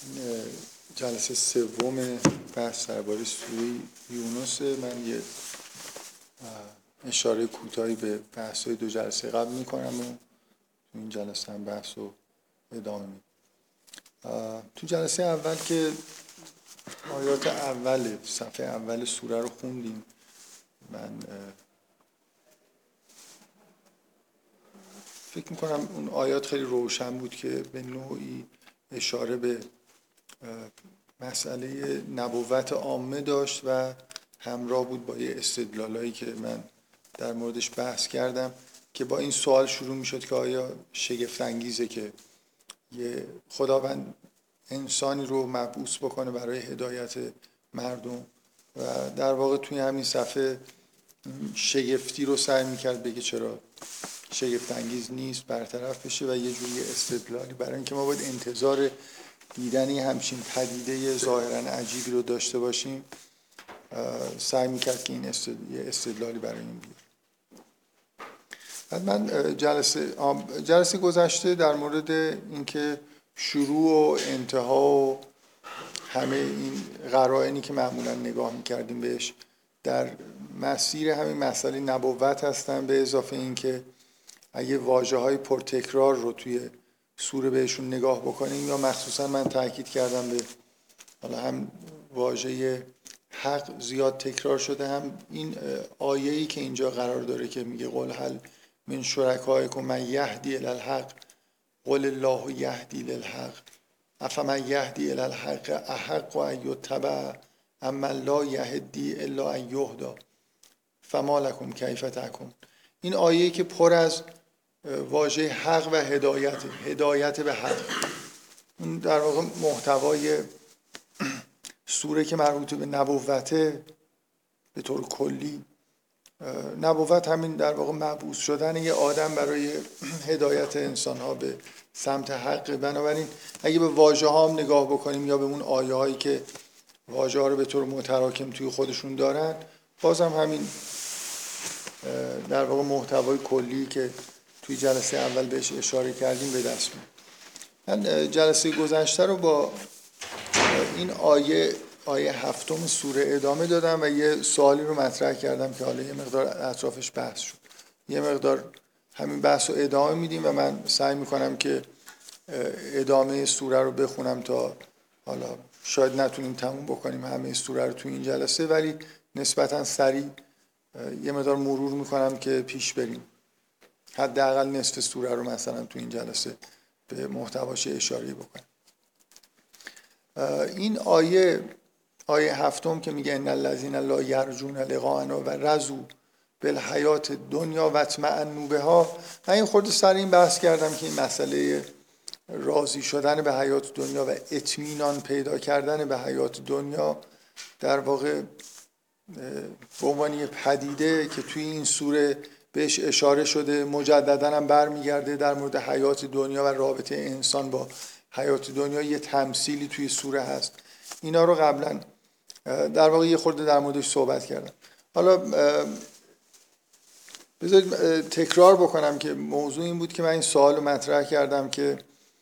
جلسه سوم بحث درباره سوره یونس. من یه اشاره کوتاهی به بحث‌های دو جلسه قبل میکنم و تو این جلسه هم بحث رو ادامه میدم. تو جلسه اول که آیات اول صفحه اول سوره رو خوندیم، من فکر میکنم اون آیات خیلی روشن بود که به نوعی اشاره به مسئله نبوت عامه داشت و همراه بود با یه استدلالایی که من در موردش بحث کردم که با این سوال شروع میشد که آیا شگفت انگیزه که یه خداوند انسانی رو مبعوث بکنه برای هدایت مردم و در واقع توی همین صفحه شگفتی رو سعی میکرد بگه چرا شگفت انگیز نیست، برطرف بشه و یه جوری استدلالی برای اینکه ما باید انتظار دیدنی همچین پدیده ظاهراً عجیبی رو داشته باشیم سعی میکرد که این استدلالی برای این بیاره. بعد من جلسه گذشته در مورد اینکه شروع و انتها و همه این قرائنی که معمولا نگاه میکردیم بهش در مسیر همین مسئله نبوت هستن، به اضافه اینکه اگه واژه‌های پرتکرار رو توی سوره بهشون نگاه بکنیم، یا مخصوصا من تاکید کردم به حالا هم واژه حق زیاد تکرار شده، هم این آیه‌ای که اینجا قرار داره که میگه قل هل من شرکائکم من یهدی الی الحق قل الله یهدی للحق افمن یهدی الی الحق احق ان یتبع اما لا یهدی الا ان یهدی فما لکم کیف تحکمون. این آیه‌ای که پر از واژه حق و هدایت به حق، اون در واقع محتوای سوره که مربوط به نبوته به طور کلی. نبوت همین در واقع مبعوث شدن یه آدم برای هدایت انسان‌ها به سمت حق. بنابراین اگه به واژه‌ها هم نگاه بکنیم یا به اون آیه‌هایی که واژه‌ها رو به طور متراکم توی خودشون دارن، بازم همین در واقع محتوای کلی که توی جلسه اول بهش اشاره کردیم به دست میاد. من جلسه گذشته رو با این آیه هفتم سوره ادامه دادم و یه سوالی رو مطرح کردم که حالا یه مقدار اطرافش بحث شد. یه مقدار همین بحث رو ادامه میدیم و من سعی میکنم که ادامه سوره رو بخونم تا حالا شاید نتونیم تموم بکنیم همه سوره رو توی این جلسه، ولی نسبتاً سریع یه مقدار مرور میکنم که پیش بریم، حداقل نصف سوره رو مثلا توی این جلسه به محتواش اشاره بکنم. این آیه هفتم که میگه ان الذین لا یرجون لقاءنا و رضوا بالحیات الدنیا و اطمأنوا بها، من این خورده سر این بحث کردم که این مسئله راضی شدن به حیات دنیا و اطمینان پیدا کردن به حیات دنیا در واقع به عنوان یه پدیده که توی این سوره بهش اشاره شده، مجدداً هم برمیگرده در مورد حیات دنیا و رابطه انسان با حیات دنیا، یه تمثیلی توی سوره هست. اینا رو قبلا در واقع یه خورده در موردش صحبت کردم. حالا بذارید تکرار بکنم که موضوع این بود که من این سوال رو مطرح کردم که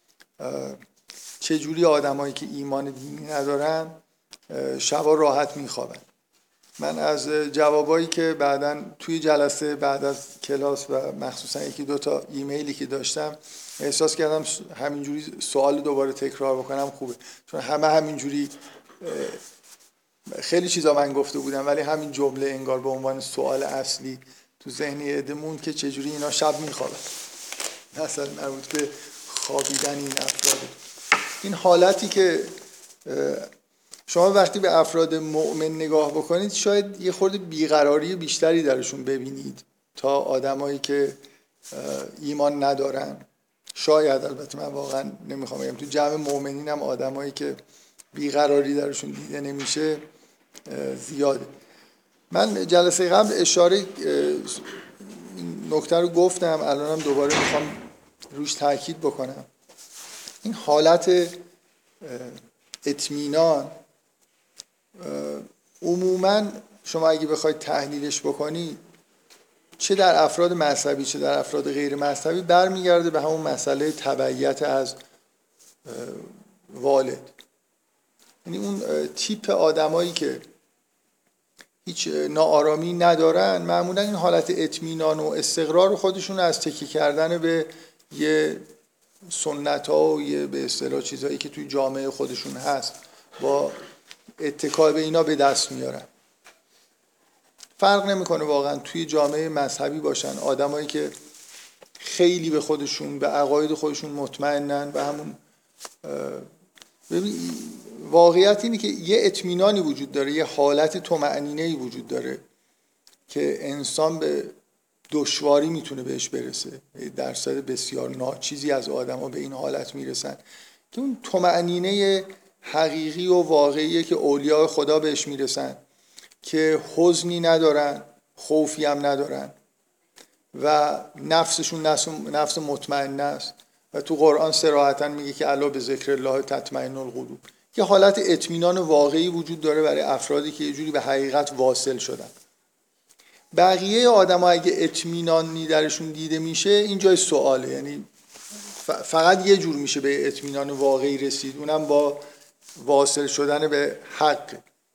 چجوری آدمایی که ایمان دینی ندارن شبا راحت میخوابن. من از جوابایی که بعداً توی جلسه بعد از کلاس و مخصوصا یکی دو تا ایمیلی که داشتم احساس کردم همینجوری سوال دوباره تکرار بکنم خوبه، چون همینجوری خیلی چیزا من گفته بودم ولی همین جمله انگار به عنوان سوال اصلی تو ذهنی عدمون که چجوری اینا شب میخوابن، مثلا مربوط به خوابیدن این افراد. این حالتی که شما وقتی به افراد مؤمن نگاه بکنید شاید یه خورده بیقراری بیشتری درشون ببینید تا آدمایی که ایمان ندارن. شاید، البته من واقعا نمیخوام بگم، تو جمع مؤمنین هم آدمایی که بیقراری درشون دیده نمیشه زیاده. من جلسه قبل اشاره نکته رو گفتم، الانم دوباره میخوام روش تاکید بکنم. این حالت اطمینان عموماً شما اگه بخواید تحلیلش بکنید چه در افراد مذهبی چه در افراد غیر مذهبی برمیگرده به همون مسئله تبعیت از والد. یعنی اون تیپ آدمایی که هیچ ناآرامی ندارن معمولا این حالت اطمینان و استقرار خودشون از تکیه کردن به یه سنت ها و یه به اصطلاح چیزهایی که توی جامعه خودشون هست با اتکا به اینا به دست میارن. فرق نمیکنه واقعا توی جامعه مذهبی باشن آدمایی که خیلی به خودشون به عقاید خودشون مطمئنن و همون ببین واقعیت اینه که یه اطمینانی وجود داره، یه حالت طمأنینه‌ای وجود داره که انسان به دشواری میتونه بهش برسه. درصد بسیار ناچیزی از آدما به این حالت میرسن که اون طمأنینه حقیقی و واقعیه که اولیاء خدا بهش میرسن، که حزنی ندارن، خوفی هم ندارن و نفسشون نفس مطمئن است و تو قرآن صراحتاً میگه که الا به ذکر الله تطمئن القلوب. یه حالت اطمینان واقعی وجود داره برای افرادی که یه جوری به حقیقت واصل شدن. بقیه آدم‌ها اگه اطمینانی درشون دیده میشه این جای سواله، یعنی فقط یه جور میشه به اطمینان واقعی رسید، اونم با واصل شدن به حق.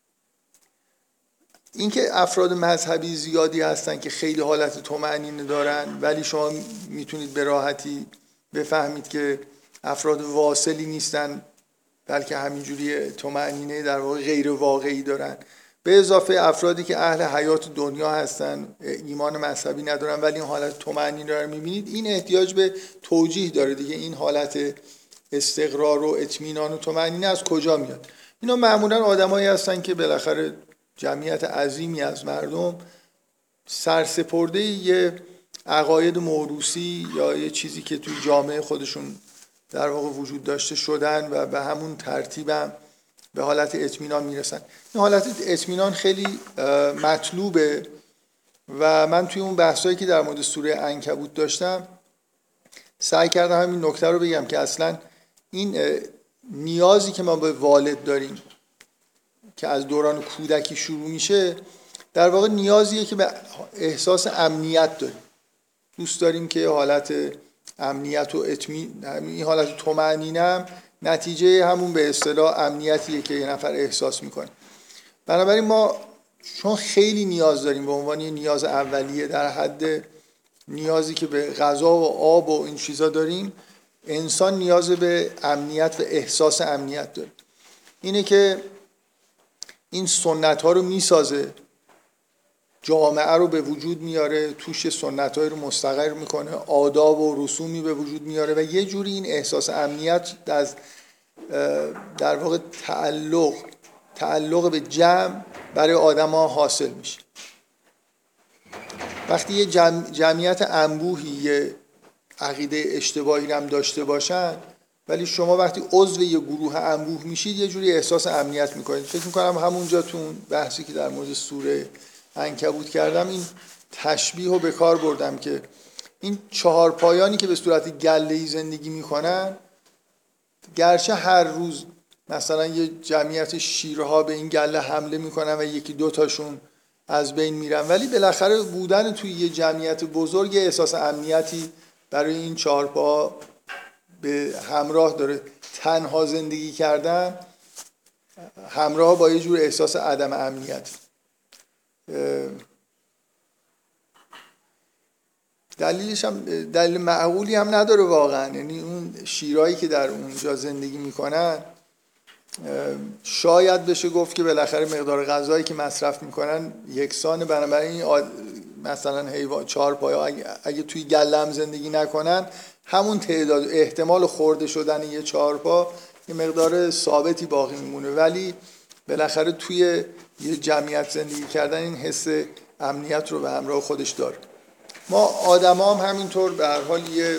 اینکه افراد مذهبی زیادی هستن که خیلی حالت طمأنینه دارن ولی شما میتونید به راحتی بفهمید که افراد واصلی نیستن بلکه همینجوری طمأنینه در واقع غیر واقعی دارن، به اضافه افرادی که اهل حیات دنیا هستن، ایمان مذهبی ندارن ولی این حالت طمأنینه رو میبینید، این احتیاج به توجیه داره دیگه. این حالت استقرار و اطمینان و طمأنینه از کجا میاد؟ اینا معمولا آدمایی هستن که بالاخره جمعیت عظیمی از مردم سرسپرده یه عقاید موروثی یا یه چیزی که توی جامعه خودشون در واقع وجود داشته شدن و به همون ترتیبم به حالت اطمینان میرسن. این حالت اطمینان خیلی مطلوبه و من توی اون بحثایی که در مورد سوره عنکبوت داشتم سعی کردم همین نکته رو بگم که اصلا این نیازی که ما به والد داریم که از دوران کودکی شروع میشه در واقع نیازیه که به احساس امنیت داریم. دوست داریم که حالت امنیت و این حالت طمأنینه نتیجه همون به اصطلاح امنیتیه که یه نفر احساس میکنه. بنابراین ما چون خیلی نیاز داریم به عنوان یه نیاز اولیه در حد نیازی که به غذا و آب و این چیزا داریم، انسان نیاز به امنیت و احساس امنیت داره. اینه که این سنت ها رو میسازه، جامعه رو به وجود میاره، توش سنت های رو مستقر میکنه، آداب و رسومی به وجود میاره و یه جوری این احساس امنیت از در واقع تعلق به جمع برای آدم ها حاصل میشه. وقتی یه جمعیت انبوهی یه عقیده اشتباهی هم داشته باشن ولی شما وقتی عضو یه گروه انبوه میشید یه جوری احساس امنیت میکنید. فکر میکنم همونجا تو اون بحثی که در مورد سوره عنکبوت کردم این تشبیه رو به کار بردم که این چهار پایانی که به صورت گله‌ای زندگی میکنن، گرچه هر روز مثلا یه جمعیت شیرها به این گله حمله میکنن و یکی دو تاشون از بین میرن، ولی بالاخره بودن توی یه جمعیت بزرگ احساس امنیتی برای این چهار پا به همراه داره. تنها زندگی کردن همراه با یه جور احساس عدم امنیت. دلیلش هم دلیل معقولی هم نداره واقعا، یعنی اون شیرایی که در اونجا زندگی میکنن شاید بشه گفت که بالاخره مقدار غذایی که مصرف میکنن یکسانه، بنابراین مثلا حیوان چهار پایا اگه توی گله هم زندگی نکنن همون تعداد احتمال خورده شدن یه چهار پا یه مقدار ثابتی باقی میمونه، ولی بالاخره توی یه جمعیت زندگی کردن این حس امنیت رو به همراه خودش داره. ما آدما هم همینطور به هر حال یه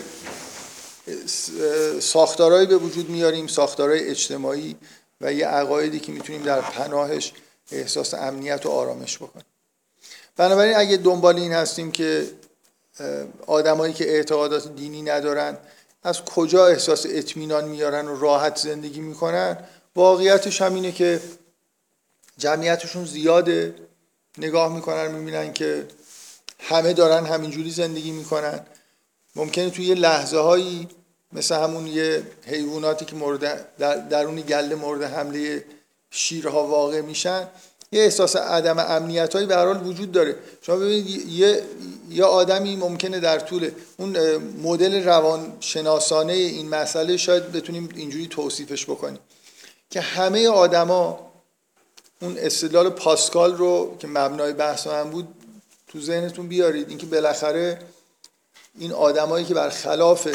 ساختارهایی به وجود میاریم، ساختارهای اجتماعی و یه عقایدی که میتونیم در پناهش احساس امنیت و آرامش بکنیم. بنابراین اگه دنبال این هستیم که آدمایی که اعتقادات دینی ندارن از کجا احساس اطمینان میارن و راحت زندگی میکنن، واقعیتش همینه که جمعیتشون زیاده، نگاه میکنن میبینن که همه دارن همینجوری زندگی میکنن. ممکنه توی یه لحظه هایی مثل همون یه حیواناتی که درون گله مورد حمله شیرها واقع میشن، یه احساس عدم امنیتایی به هر حال وجود داره. شما ببینید یه آدمی ممکنه در طول اون مدل روانشناسانه این مسئله شاید بتونیم اینجوری توصیفش بکنیم که همه آدما اون استدلال پاسکال رو که مبنای بحث من بود تو ذهنتون بیارید، اینکه بالاخره این آدمایی که برخلاف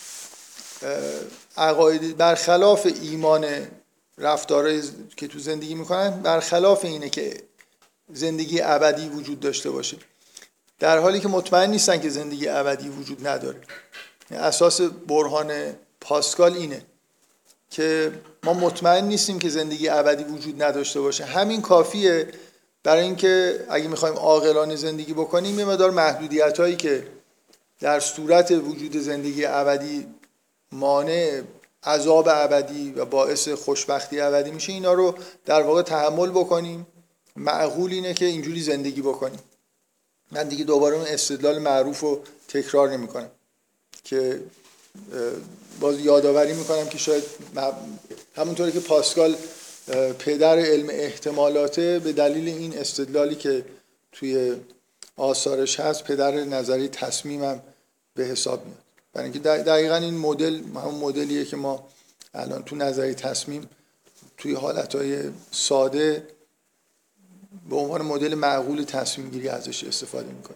عقاید، برخلاف ایمان، رفتارهای که تو زندگی میکنن، برخلاف اینه که زندگی ابدی وجود داشته باشه، در حالی که مطمئن نیستن که زندگی ابدی وجود نداره. اساس برهان پاسکال اینه که ما مطمئن نیستیم که زندگی ابدی وجود نداشته باشه. همین کافیه برای اینکه اگه میخوایم عاقلانه زندگی بکنیم یه مقدار محدودیتایی که در صورت وجود زندگی ابدی مانع عذاب ابدی و باعث خوشبختی ابدی میشه، اینا رو در واقع تحمل بکنیم. معقول اینه که اینجوری زندگی بکنیم. من دیگه دوباره اون استدلال معروف رو تکرار نمی کنم که باز یادآوری میکنم که شاید همونطوری که پاسکال پدر علم احتمالاته، به دلیل این استدلالی که توی آثارش هست پدر نظری تصمیمم به حساب میاد. برای اینکه دقیقاً این مدل همون مدلیه که ما الان تو نظری تصمیم توی حالتهای ساده به عنوان مدل معقول تصمیم گیری ازش استفاده میکنیم.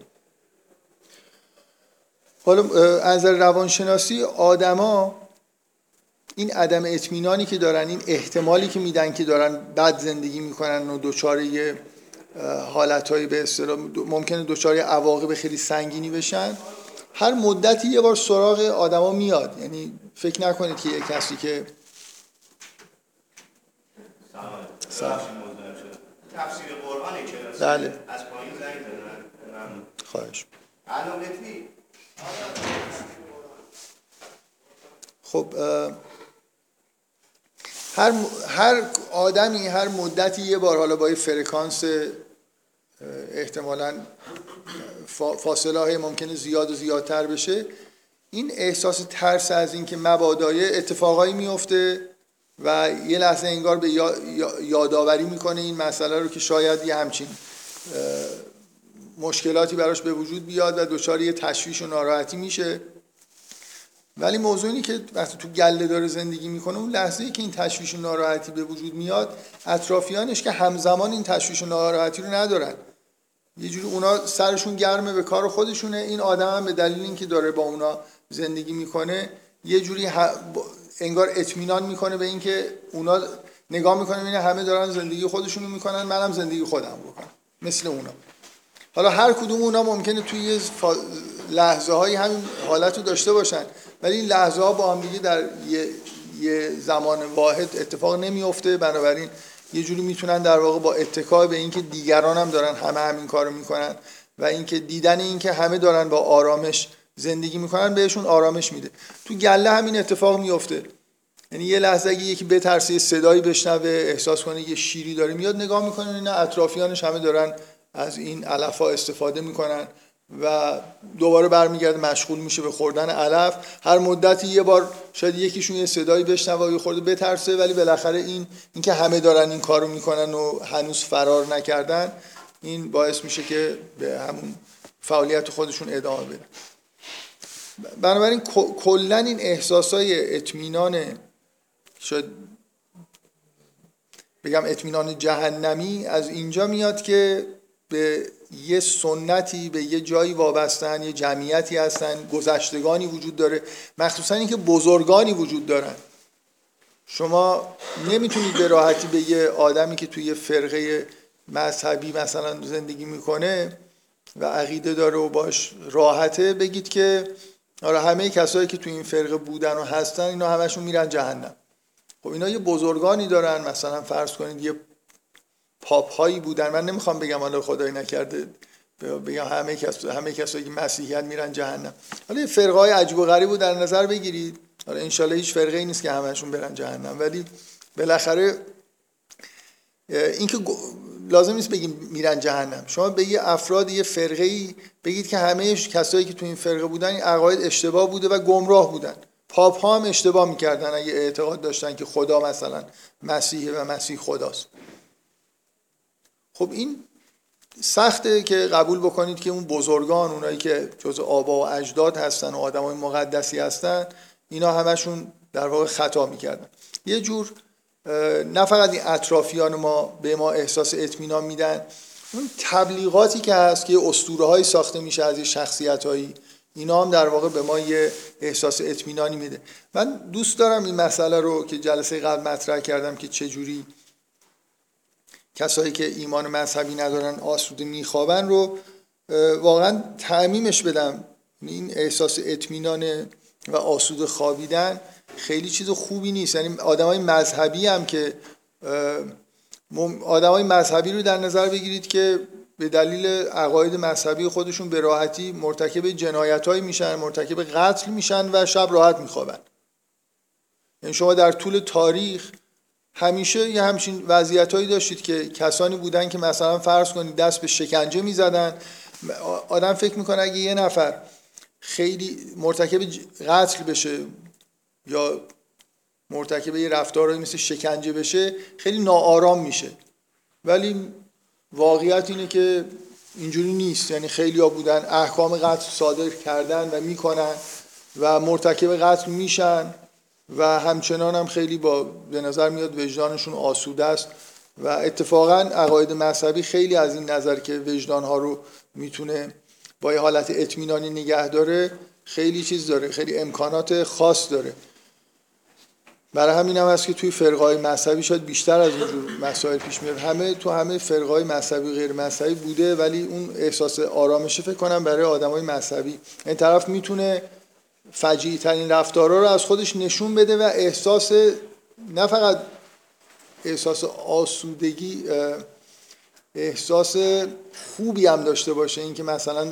حالا از نظر روانشناسی آدما این عدم اطمینانی که دارن، این احتمالی که میدن که دارن بد زندگی میکنن و دچار یه حالتهایی به اصطلاح ممکنه دچار عواقب خیلی سنگینی بشن، هر مدتی یه بار سراغ آدما میاد. یعنی فکر نکنید که یه کسی که تفسیر قرآن کلاسی بله از پایین زنگ زدن. خواهش. علامتی خب هر آدمی هر مدتی یه بار، حالا با یه فرکانس احتمالاً فاصله های ممکنه زیاد و زیادتر بشه، این احساس ترس از این که مبادا اتفاقایی میفته و یه لحظه انگار به یادآوری میکنه این مسئله رو که شاید یه همچین مشکلاتی براش به وجود بیاد و دچار یه تشویش و ناراحتی میشه. ولی موضوع اینه که وقتی تو گله داره زندگی میکنه، اون لحظه‌ای که این تشویش و ناراحتی به وجود میاد، اطرافیانش که همزمان این تشویش و ناراحتی رو ندارن، یه جوری اونا سرشون گرمه به کار خودشونه، این آدم هم به دلیل اینکه داره با اونا زندگی میکنه یه جوری انگار اطمینان میکنه به اینکه اونا نگاه میکنه ببینه همه دارن زندگی خودشونو میکنن، منم زندگی خودم بکنم مثل اونا. حالا هر کدوم اونا ممکنه توی لحظه های همین حالت رو داشته باشن، ولی این لحظه ها با هم دیگه در یه زمان واحد اتفاق نمیفته. بنابراین یه جوری میتونن در واقع با اتکا به اینکه دیگران هم دارن همین کارو میکنن و اینکه دیدن اینکه همه دارن با آرامش زندگی میکنن بهشون آرامش میده. تو گله همین اتفاق میفته. یعنی یه لحظه اگه یکی بترسه، یه صدایی بشنوه، احساس کنه یه شیری داره میاد، نگاه میکنه اینا اطرافیانش همه دارن از این علف‌ها استفاده میکنن و دوباره برمیگرده مشغول میشه به خوردن علف. هر مدتی یه بار شاید یکیشون یه صدایی بشنوه و یه خورده بترسه، ولی بالاخره اینکه همه دارن این کارو میکنن و هنوز فرار نکردن، این باعث میشه که به همون فعالیت خودشون ادامه بدن. بنابراین کلا این احساسای اطمینان، شاید بگم اطمینان جهنمی، از اینجا میاد که به یه سنتی، به یه جایی وابستن، یه جمعیتی هستن، گذشتگانی وجود داره، مخصوصا اینکه بزرگانی وجود دارن. شما نمیتونید به راحتی به یه آدمی که توی یه فرقه مذهبی مثلا زندگی میکنه و عقیده داره و باش راحته بگید که آره همه کسایی که توی این فرقه بودن و هستن اینا همشون میرن جهنم. خب اینا یه بزرگانی دارن، مثلا فرض کنید یه پاپ هایی بودن. من نمیخوام بگم حالا خدای نکرده بگم همه کسایی که مسیحیان میرن جهنم. حالا فرقه های عجیب و غریب رو در نظر بگیرید. حالا انشالله هیچ فرقه ای نیست که همشون برن جهنم، ولی بالاخره اینکه لازم نیست بگیم میرن جهنم. شما به یه افراد یه فرقه ای بگید که همه کسایی که تو این فرقه بودن این عقاید اشتباه بوده و گمراه بودن، پاپ ها هم اشتباه میکردن اگه اعتقاد داشتن که خدا مثلا مسیحه و مسیح خداست. خب این سخته که قبول بکنید که اون بزرگان، اونایی که جز آبا و اجداد هستن و آدمای مقدسی هستن، اینا همشون در واقع خطا میکردن. یه جور نه فقط این اطرافیان ما به ما احساس اطمینان میدن، اون تبلیغاتی که هست که اسطوره‌هایی ساخته میشه از شخصیت‌هایی، اینا هم در واقع به ما یه احساس اطمینانی میده. من دوست دارم این مسئله رو که جلسه قبل مطرح کردم که چجوری کسایی که ایمان مذهبی ندارن آسوده میخوابن رو واقعا تعمیمش بدم. این احساس اطمینان و آسوده خوابیدن خیلی چیز خوبی نیست. یعنی آدمای مذهبی هم که آدمای مذهبی رو در نظر بگیرید که به دلیل عقاید مذهبی خودشون به راحتی مرتکب جنایت‌هایی میشن، مرتکب قتل میشن و شب راحت میخوابن. یعنی شما در طول تاریخ همیشه یه همچین وضعیتایی داشتید که کسانی بودن که مثلا فرض کنید دست به شکنجه میزدن. آدم فکر میکنه اگه یه نفر خیلی مرتکب قتل بشه یا مرتکب یه رفتارهایی مثل شکنجه بشه خیلی ناآرام میشه، ولی واقعیت اینه که اینجوری نیست. یعنی خیلی‌ها بودن احکام قتل صادر کردن و میکنن و مرتکب قتل میشن و همچنان هم خیلی به نظر میاد وجدانشون آسوده است و اتفاقا عقاید مذهبی خیلی از این نظر که وجدانها رو میتونه با یه حالت اطمینانی نگه داره خیلی چیز داره، خیلی امکانات خاص داره. برای همین هم هست که توی فرقه‌های مذهبی شاید بیشتر از اینجور مسائل پیش میاد. همه فرقه‌های مذهبی و غیر مذهبی بوده، ولی اون احساس آرامش فکر کنم برای آدمای مذهبی، این طرف میتونه فجیع ترین رفتارها رو از خودش نشون بده و احساس نه فقط احساس آسودگی، احساس خوبی هم داشته باشه، این که مثلا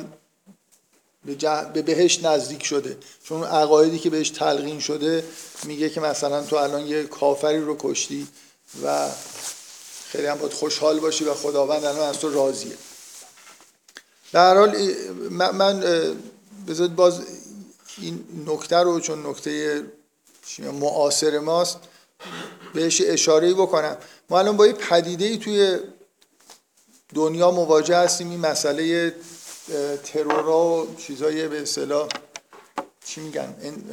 به بهشت نزدیک شده، چون عقایدی که بهش تلقین شده میگه که مثلا تو الان یه کافری رو کشتی و خیلی هم باید خوشحال باشی و خداوند الان از تو راضیه. در هر حال من بذارید باز این نکته رو، چون نکته معاصر ماست، بهش اشاره‌ای بکنم. ما الان با یه پدیده‌ای توی دنیا مواجه هستیم، این مسئله ترورها و چیزای به اصطلاح چی میگن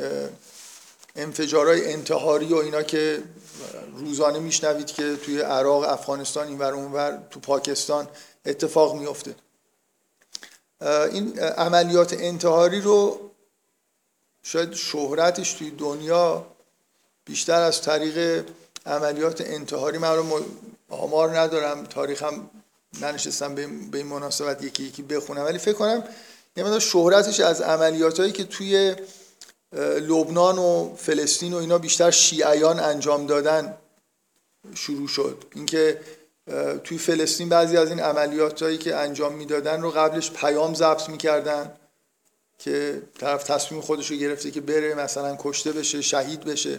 انفجارهای انتحاری و اینا که روزانه میشنوید که توی عراق، افغانستان، اینور اونور، تو پاکستان اتفاق میفته. این عملیات انتحاری رو شاید شهرتش توی دنیا بیشتر از طریق عملیات انتحاری، من رو آمار ندارم، تاریخم ننشستم به این مناسبت یکی یکی بخونم، ولی فکر کنم یه مقدار شهرتش از عملیاتایی که توی لبنان و فلسطین و اینا بیشتر شیعیان انجام دادن شروع شد. اینکه توی فلسطین بعضی از این عملیاتایی که انجام میدادن رو قبلش پیام ضبط میکردن که طرف تصمیم خودش رو گرفته که بره مثلا کشته بشه، شهید بشه،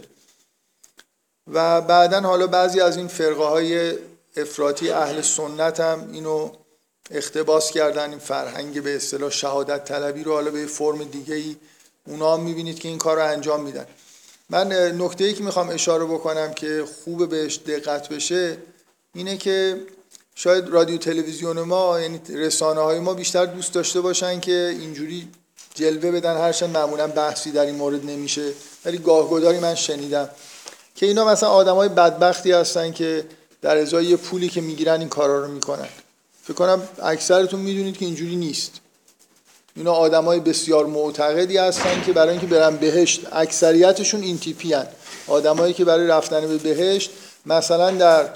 و بعدن حالا بعضی از این فرقه های افراطی اهل سنت هم اینو اقتباس کردن، این فرهنگ به اصطلاح شهادت طلبی رو حالا به فرم دیگه‌ای اونا هم میبینید که این کار رو انجام میدن. من نکته‌ای که میخوام اشاره بکنم که خوب بهش دقت بشه اینه که شاید رادیو تلویزیون ما، یعنی رسانه‌های ما بیشتر دوست داشته باشن که اینجوری جلوه بدن، هرچند معمولا بحثی در این مورد نمیشه، ولی گاهگداری من شنیدم که اینا مثلا آدمای بدبختی هستن که در ازای یه پولی که میگیرن این کارا رو میکنن. فکر کنم اکثرتون میدونید که اینجوری نیست. اینا آدمای بسیار معتقدی هستن که برای اینکه برن بهشت، اکثریتشون این تیپی هستن، آدمایی که برای رفتن به بهشت مثلا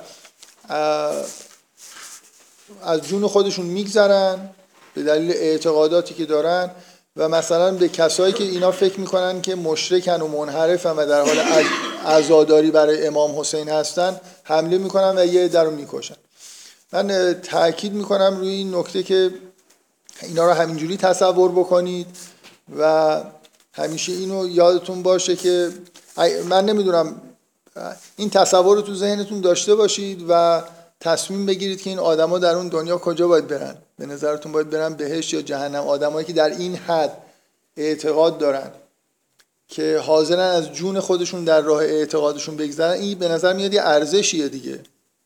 از جون خودشون میگذرن به دلیل اعتقاداتی که دارن و مثلا به کسایی که اینا فکر میکنن که مشرکن و منحرفن و در حال عزاداری برای امام حسین هستن حمله میکنن و یه عده رو میکشن. من تأکید میکنم روی این نکته که اینا رو همینجوری تصور بکنید و همیشه اینو یادتون باشه که من نمیدونم، این تصور رو تو ذهنتون داشته باشید و تصمیم بگیرید که این آدما در اون دنیا کجا باید برن. به نظرتون باید برن بهشت یا جهنم؟ آدمایی که در این حد اعتقاد دارن که حاضرن از جون خودشون در راه اعتقادشون بگذرن، این به نظر میاد یه ارزشیه دیگه.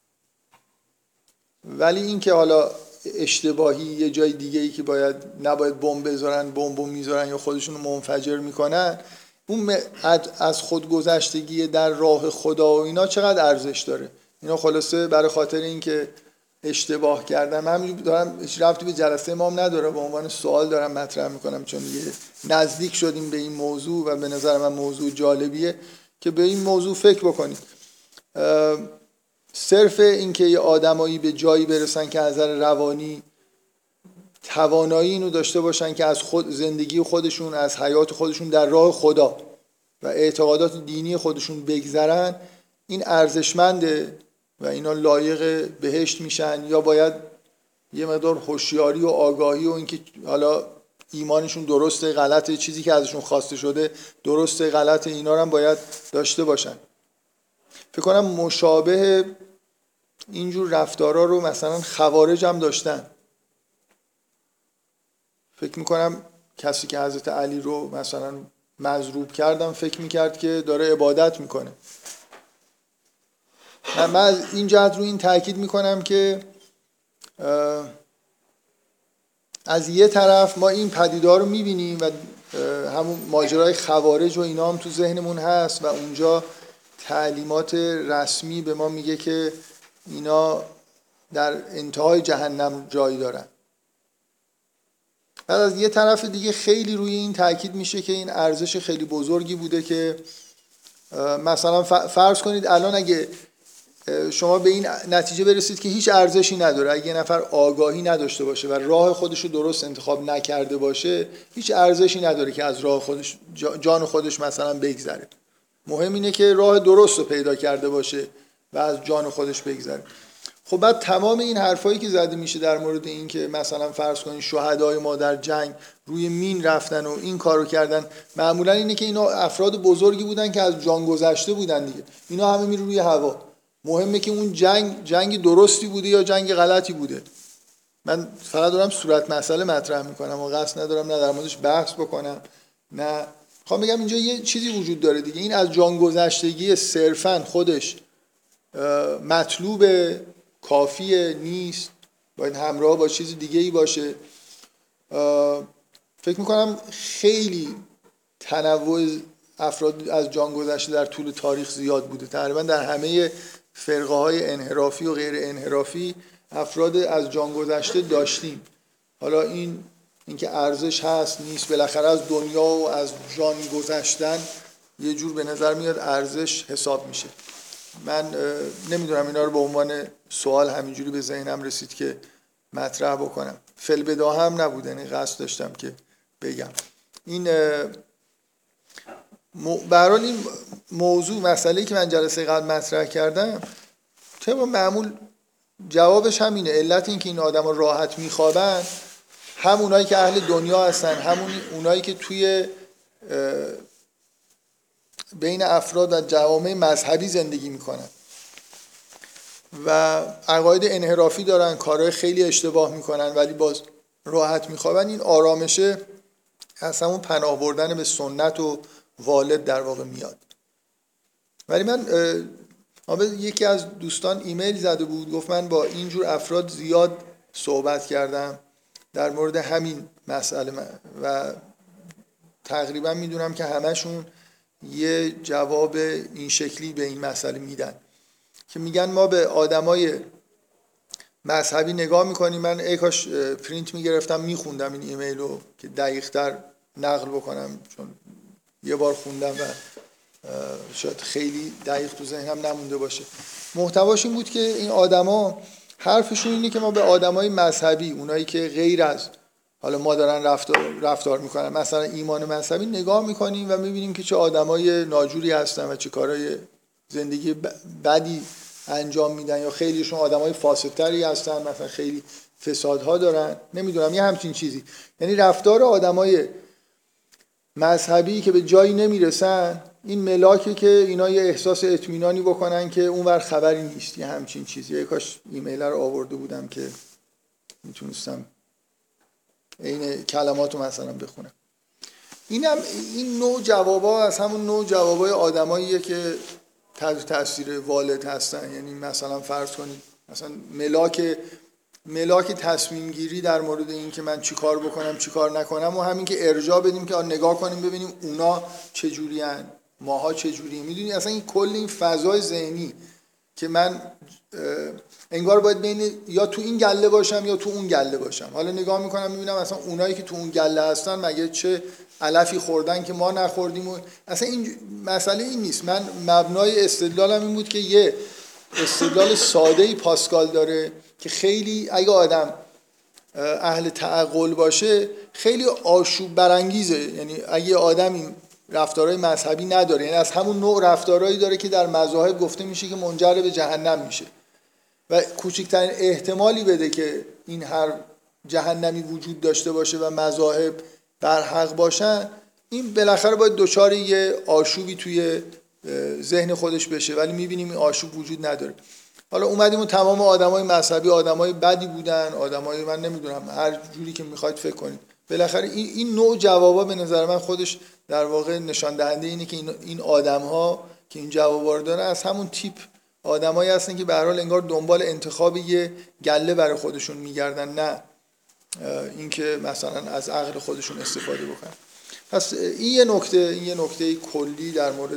ولی این که حالا اشتباهی یه جای دیگه ای که نباید بمب بذارن، بمب میذارن یا خودشون رو منفجر میکنن، اون از خودگذشتگی در راه خدا و اینا چقدر ارزش داره. اینا خلاصه برای خاطر این که اشتباه کردم. من دارم هیچ ربطی به جلسه ما هم نداره، به عنوان سوال دارم مطرح میکنم، چون یه نزدیک شدیم به این موضوع و به نظر من موضوع جالبیه که به این موضوع فکر بکنید. صرف اینکه یه آدمایی به جایی برسن که از نظر روانی توانایی اینو داشته باشن که از زندگی خودشون، از حیات خودشون در راه خدا و اعتقادات دینی خودشون بگذرن، این ارزشمنده و اینا لایق بهشت میشن، یا باید یه مقدار هوشیاری و آگاهی و اینکه حالا ایمانشون درسته غلطه، چیزی که ازشون خواسته شده درسته غلطه، اینا رو هم باید داشته باشن. فکر کنم مشابه اینجور رفتارا رو مثلا خوارج هم داشتن. فکر میکنم کسی که حضرت علی رو مثلا مضروب کردم فکر میکرد که داره عبادت میکنه. من از این جهت رو این تاکید میکنم که از یه طرف ما این پدیدار رو میبینیم و همون ماجرای خوارج و اینا هم تو ذهنمون هست و اونجا تعلیمات رسمی به ما میگه که اینا در انتهای جهنم جای دارن. بعد از یه طرف دیگه خیلی روی این تاکید میشه که این ارزش خیلی بزرگی بوده که مثلا فرض کنید الان اگه شما به این نتیجه برسید که هیچ ارزشی نداره، اگه یه نفر آگاهی نداشته باشه و راه خودش رو درست انتخاب نکرده باشه، هیچ ارزشی نداره که از راه خودش جان خودش مثلا بگذره. مهم اینه که راه درست رو پیدا کرده باشه و از جان خودش بگذره. خب بعد تمام این حرفایی که زده میشه در مورد این که مثلا فرض کنید شهدای ما در جنگ روی مین رفتن و این کارو کردن، معمولا اینه که اینا افراد بزرگی بودن که از جان گذشته بودن دیگه، اینا همه میره روی هوا. مهمه که اون جنگ درستی بوده یا جنگ غلطی بوده. من فقط دارم صورت مسئله مطرح میکنم و قصد ندارم نه در موردش بحث بکنم، نه خواهم بگم اینجا یه چیزی وجود داره دیگه. این از جان گذشتگی صرفاً خودش مطلوب کافیه نیست، باید همراه با چیز دیگه ای باشه. فکر میکنم خیلی تنوع افراد از جان گذشته در طول تاریخ زیاد بوده. تقریبا در همه فرقه های انحرافی و غیر انحرافی افراد از جان گذشته داشتیم. حالا اینکه ارزش هست نیست، بالاخره از دنیا و از جان گذشتن یه جور به نظر میاد ارزش حساب میشه. من نمیدونم اینا رو به عنوان سوال همینجوری به ذهنم رسید که مطرح بکنم. فلبدا هم نبوده، یعنی قصد داشتم که بگم. این برحال این موضوع مسئله‌ای که من جلسه قبل مطرح کردم طبق معمول جوابش همینه. علت این که این آدم‌ها راحت میخوابن هم اونایی که اهل دنیا هستن، همون اونایی که توی بین افراد و جوامع مذهبی زندگی میکنن و عقاید انحرافی دارن، کارهای خیلی اشتباه میکنن ولی باز راحت میخوابن. این آرامشه از همون پناه بردن به سنت و والد در واقع میاد. ولی من یکی از دوستان ایمیل زده بود، گفت من با اینجور افراد زیاد صحبت کردم در مورد همین مسئله و تقریبا میدونم که همشون یه جواب این شکلی به این مسئله میدن که میگن ما به آدمای مذهبی نگاه میکنیم. من ای کاش پرینت میگرفتم میخوندم این ایمیل رو که دقیق‌تر نقل بکنم، چون یه بار خوندم و شاید خیلی دقیق تو ذهنم نمونده باشه. محتواش این بود که این آدما حرفشون اینه که ما به آدمای مذهبی، اونایی که غیر از حالا ما دارن رفتار میکنن مثلا ایمان مذهبی، نگاه میکنیم و میبینیم که چه آدمای ناجوری هستن و چه کارهای زندگی بدی انجام میدن، یا خیلیشون آدمای فاسدتری هستن، مثلا خیلی فسادها دارن، نمیدونم یه همچین چیزی. یعنی رفتار آدمای مذهبی که به جایی نمیرسن این ملاکه که اینا یه احساس اطمینانی بکنن که اونور خبری نیست، یه همچین چیزی. یه کاش ایمیل رو آورده بودم که میتونستم این کلماتو مثلا بخونم. این نوع جوابا از همون نوع جوابای آدماییه که تحت تاثیر والد هستن. یعنی مثلا فرض کنید مثلا ملاک تصمیم گیری در مورد این که من چی کار بکنم چی کار نکنم و همین که ارجاع بدیم که نگاه کنیم ببینیم اونا چجوری هن ماها چجوری. میدونی اصلا این کل این فضای ذهنی که من انگار باید بین یا تو این گله باشم یا تو اون گله باشم. حالا نگاه میکنم میبینم اصلا اونایی که تو اون گله هستن مگه چه علفی خوردن که ما نخوردیم و اصلا این مسئله این نیست. من مبنای استدلالم این بود که یه استدلال ساده‌ای پاسکال داره که خیلی اگه آدم اهل تعقل باشه خیلی آشوب برانگیزه. یعنی اگه آدمی رفتارهای مذهبی نداره، یعنی از همون نوع رفتارهایی داره که در مذاهب گفته میشه که منجر به جهنم میشه و کوچکترین احتمالی بده که این هر جهنمی وجود داشته باشه و مذاهب بر حق باشن، این بالاخره باید دچار یه آشوبی توی ذهن خودش بشه. ولی میبینیم این آشوب وجود نداره. حالا اومدیم و تمام آدمای مذهبی آدمای بدی بودن، آدمای من نمیدونم هر جوری که میخواید فکر کنید. بالاخره این نوع جوابا به نظر من خودش در واقع نشان دهنده اینه که این آدم‌ها که این جوابا رو دارن از همون تیپ آدمایی هستن که به هر حال انگار دنبال انتخاب یه گله برای خودشون میگردن، نه اینکه مثلا از عقل خودشون استفاده بکنن. پس این یه نکته کلی در مورد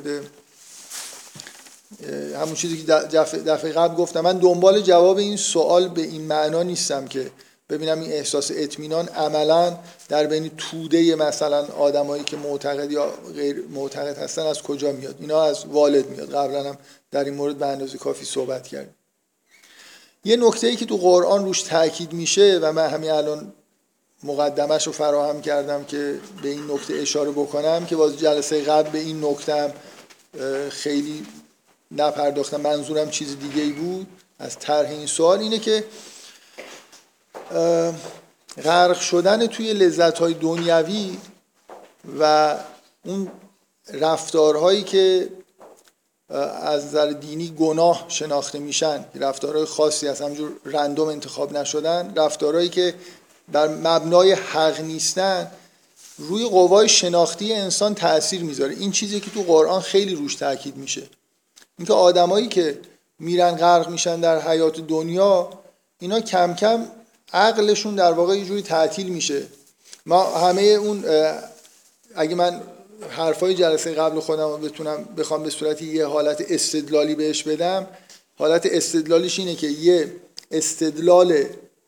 همون چیزی که دفعه قبل گفتم. من دنبال جواب این سوال به این معنا نیستم که ببینم این احساس اطمینان عملاً در بین توده مثلا آدمایی که معتقد یا غیر معتقد هستن از کجا میاد. اینا از والد میاد. قبلا هم در این مورد به اندازه کافی صحبت کردیم. یه نکته‌ای که تو قرآن روش تاکید میشه و من همین الان مقدمه‌شو فراهم کردم که به این نکته اشاره بکنم که باز جلسه قبل به این نکته‌ام خیلی نپرداختم، منظورم چیز دیگه‌ای بود از طرح این سوال، اینه که غرق شدن توی لذت‌های دنیوی و اون رفتارهایی که از نظر دینی گناه شناخته میشن، رفتارهای خاصی از همجور رندوم انتخاب نشدن، رفتارهایی که بر مبنای حق نیستن، روی قوای شناختی انسان تأثیر میذاره. این چیزی که تو قرآن خیلی روش تاکید میشه، اینکه آدمایی که میرن غرق میشن در حیات دنیا، اینا کم کم عقلشون در واقع یه جوری تعطیل میشه. ما همه اون اگه من حرفای جلسه قبل خودم رو بخوام به صورت یه حالت استدلالی بهش بدم، حالت استدلالیش اینه که یه استدلال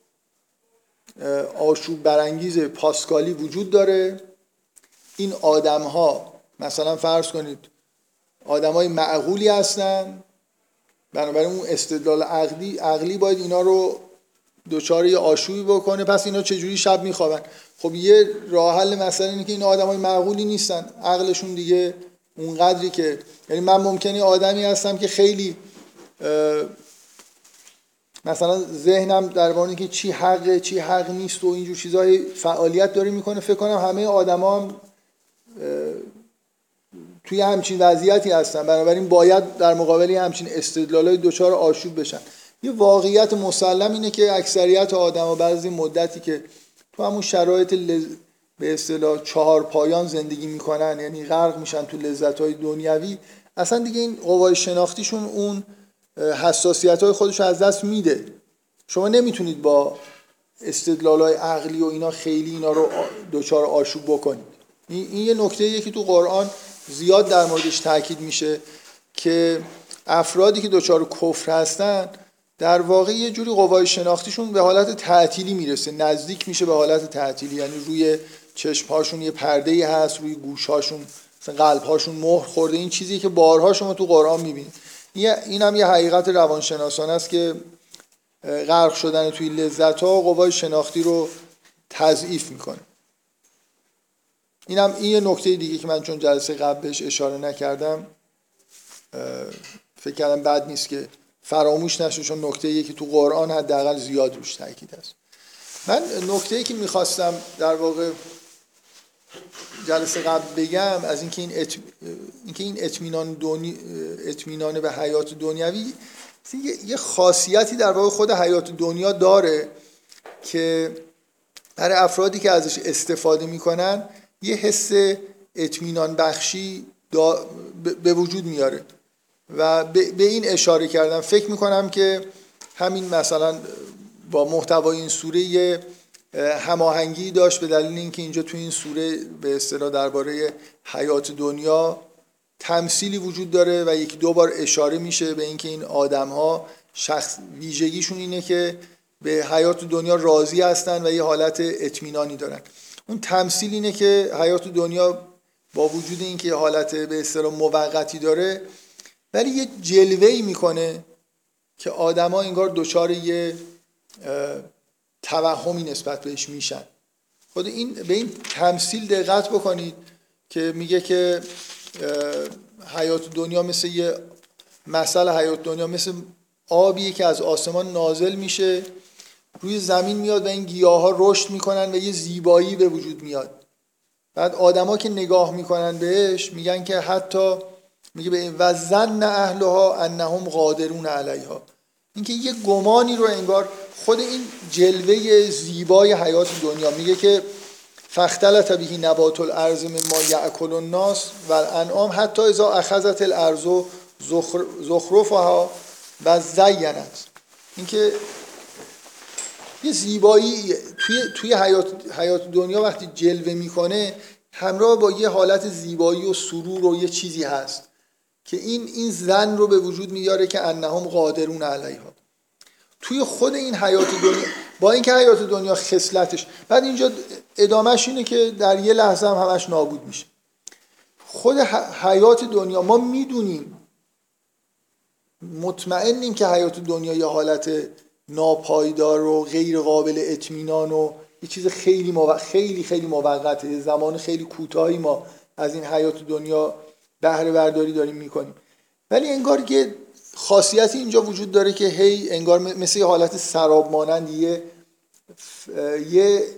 آشوب برانگیز پاسکالی وجود داره. این آدم‌ها مثلا فرض کنید آدمای معقولی هستن، بنابراین اون استدلال عقلی باید اینا رو دوچار یه آشوبی بکنه. پس اینا چجوری شب میخوابن؟ خب یه راه حل مسئله اینه که این آدمای معقولی نیستن، عقلشون دیگه اون قدری که، یعنی من ممکنه آدمی هستم که خیلی مثلا ذهنم در مورد اینکه چی حقه چی حق نیست و اینجور چیزای فعالیت داره میکنه، فکر کنم همه آدما هم توی همچین وضعیتی هستن، بنابراین باید در مقابل همچین استدلالای دوچار آشوب بشن. یه واقعیت مسلم اینه که اکثریت آدما بعد از این مدتی که تو همون شرایط به اصطلاح چهار پایان زندگی میکنن، یعنی غرق میشن تو لذت‌های دنیوی، اصلا دیگه این قوای شناختیشون اون حساسیت‌های خودش از دست میده. شما نمیتونید با استدلال‌های عقلی و اینا خیلی اینا رو دوچار آشوب بکنید. این یه نکته‌ایه که تو قرآن زیاد در موردش تاکید میشه که افرادی که دوچار کفر هستن در واقع یه جوری قوای شناختیشون به حالت تعطیلی میرسه، نزدیک میشه به حالت تعطیلی. یعنی روی چشم‌هاشون یه پرده‌ای هست، روی گوش‌هاشون مثلا قلب‌هاشون مهر خورده. این چیزیه که بارها شما تو قرآن میبینید. این هم یه حقیقت روانشناسانه است که غرق شدن توی لذت‌ها قوای شناختی رو تضعیف میکنه. این یه نکته دیگه که من چون جلسه قبل بهش اشاره نکردم فکر کردم بد نیست که فراموش نشه، چون نکته‌ایه که تو قرآن حداقل زیاد روش تاکید است. من نکته‌ای که میخواستم در واقع جلسه قبل بگم از اینکه این اطمینان به حیات دنیوی یه خاصیتی در واقع خود حیات دنیا داره که برای افرادی که ازش استفاده میکنن یه حس اطمینان بخشی به وجود میاره و به این اشاره کردم. فکر میکنم که همین مثلا با محتوای این سوره یه هماهنگی داشت به دلیل اینکه اینجا تو این سوره به اصطلاح درباره حیات دنیا تمثیلی وجود داره و یکی دو بار اشاره میشه به اینکه این آدم‌ها ویژگیشون اینه که به حیات دنیا راضی هستن و یه حالت اطمینانی دارن. اون تمثیل اینه که حیات دنیا با وجود اینکه حالت به اصطلاح موقتی داره ولی یه جلوه‌ای میکنه که آدم‌ها انگار دچار یه توهمی نسبت بهش میشن. خود این به این تمثیل دقت بکنید که میگه که حیات دنیا مثل حیات دنیا مثل آبیه که از آسمان نازل میشه روی زمین میاد و این گیاها رشد میکنن و یه زیبایی به وجود میاد. بعد آدما که نگاه میکنن بهش میگن که حتی میگه و ظن اهلها انهم قادرون علیها، اینکه یه گمانی رو انگار خود این جلوه زیبای حیات دنیا میگه که فاختلط به نبات الارض مما یاکل الناس والانعام حتی اذا اخذت الارض زخرفها و زینت، اینکه یه زیبایی توی حیات دنیا وقتی جلوه میکنه همراه با یه حالت زیبایی و سرور و یه چیزی هست که این زن رو به وجود میاره که انهم قادرون علیها. توی خود این حیات دنیا با اینکه حیات دنیا خصلتش، بعد اینجا ادامهش اینه که در یه لحظه هم همش نابود میشه. خود حیات دنیا ما میدونیم، مطمئنیم که حیات دنیا یه حالت ناپایدار و غیر قابل اطمینان و یه چیز خیلی خیلی موقته، زمان خیلی کوتاهی ما از این حیات دنیا بهره برداری داریم میکنیم، ولی انگار که خاصیتی اینجا وجود داره که هی انگار مثل یه حالت سراب مانند یه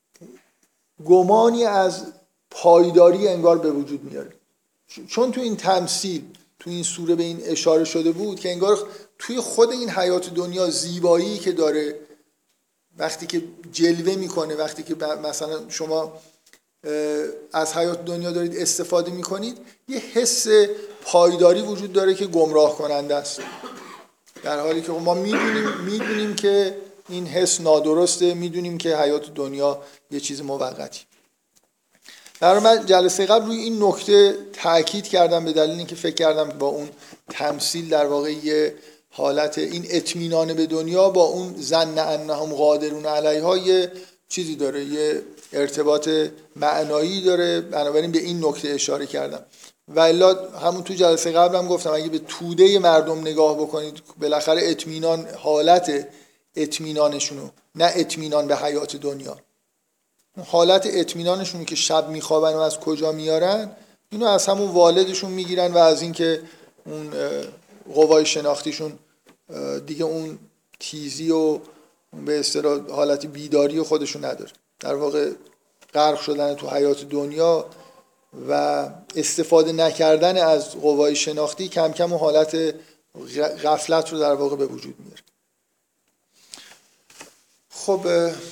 گمانی از پایداری انگار به وجود میاره. چون تو این تمثیل تو این سوره به این اشاره شده بود که انگار توی خود این حیات دنیا زیبایی که داره وقتی که جلوه میکنه، وقتی که مثلا شما از حیات دنیا دارید استفاده میکنید، یه حس پایداری وجود داره که گمراه کننده است، در حالی که ما میدونیم که این حس نادرسته، میدونیم که حیات دنیا یه چیز موقتی. در من جلسه قبل روی این نکته تاکید کردم به دلیل اینکه فکر کردم که با اون تمثیل در واقع یه حالت این اطمینان به دنیا با اون ظن انهم قادرون علیها یه چیزی داره، یه ارتباط معنایی داره، بنابراین به این نکته اشاره کردم. و الا همون تو جلسه قبلم گفتم اگه به توده مردم نگاه بکنید بالاخره اطمینان، حالت اطمینانشونو، نه اطمینان به حیات دنیا، حالت اطمینانشون که شب میخوابن و از کجا میارن، اینو از همون والدشون میگیرن و از اینکه اون قوای شناختیشون دیگه اون تیزی و به اصطلاح حالت بیداری خودشون نداره. در واقع غرق شدن تو حیات دنیا و استفاده نکردن از قوای شناختی کم کم و حالت غفلت رو در واقع به وجود میاره. خب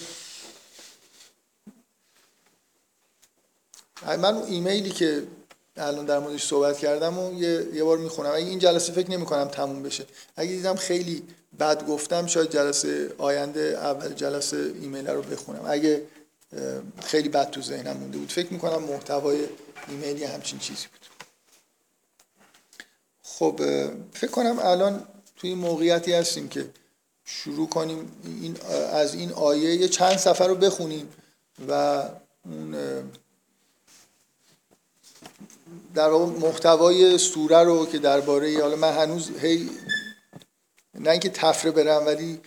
من ایمیلی که الان در موردش صحبت کردم و یه بار میخونم. اگه این جلسه فکر نمی کنم تموم بشه، اگه دیدم خیلی بد گفتم شاید جلسه آینده اول جلسه ایمیل رو بخونم، اگه خیلی بد تو ذهنم مونده بود. فکر میکنم محتوای ایمیلی همچین چیزی بود. خب فکر کنم الان توی موقعیتی هستیم که شروع کنیم از این آیه یه چند صفحه رو بخونیم و اون در واقع محتوای سوره رو که درباره، حالا من هنوز نه اینکه تفره برم ولی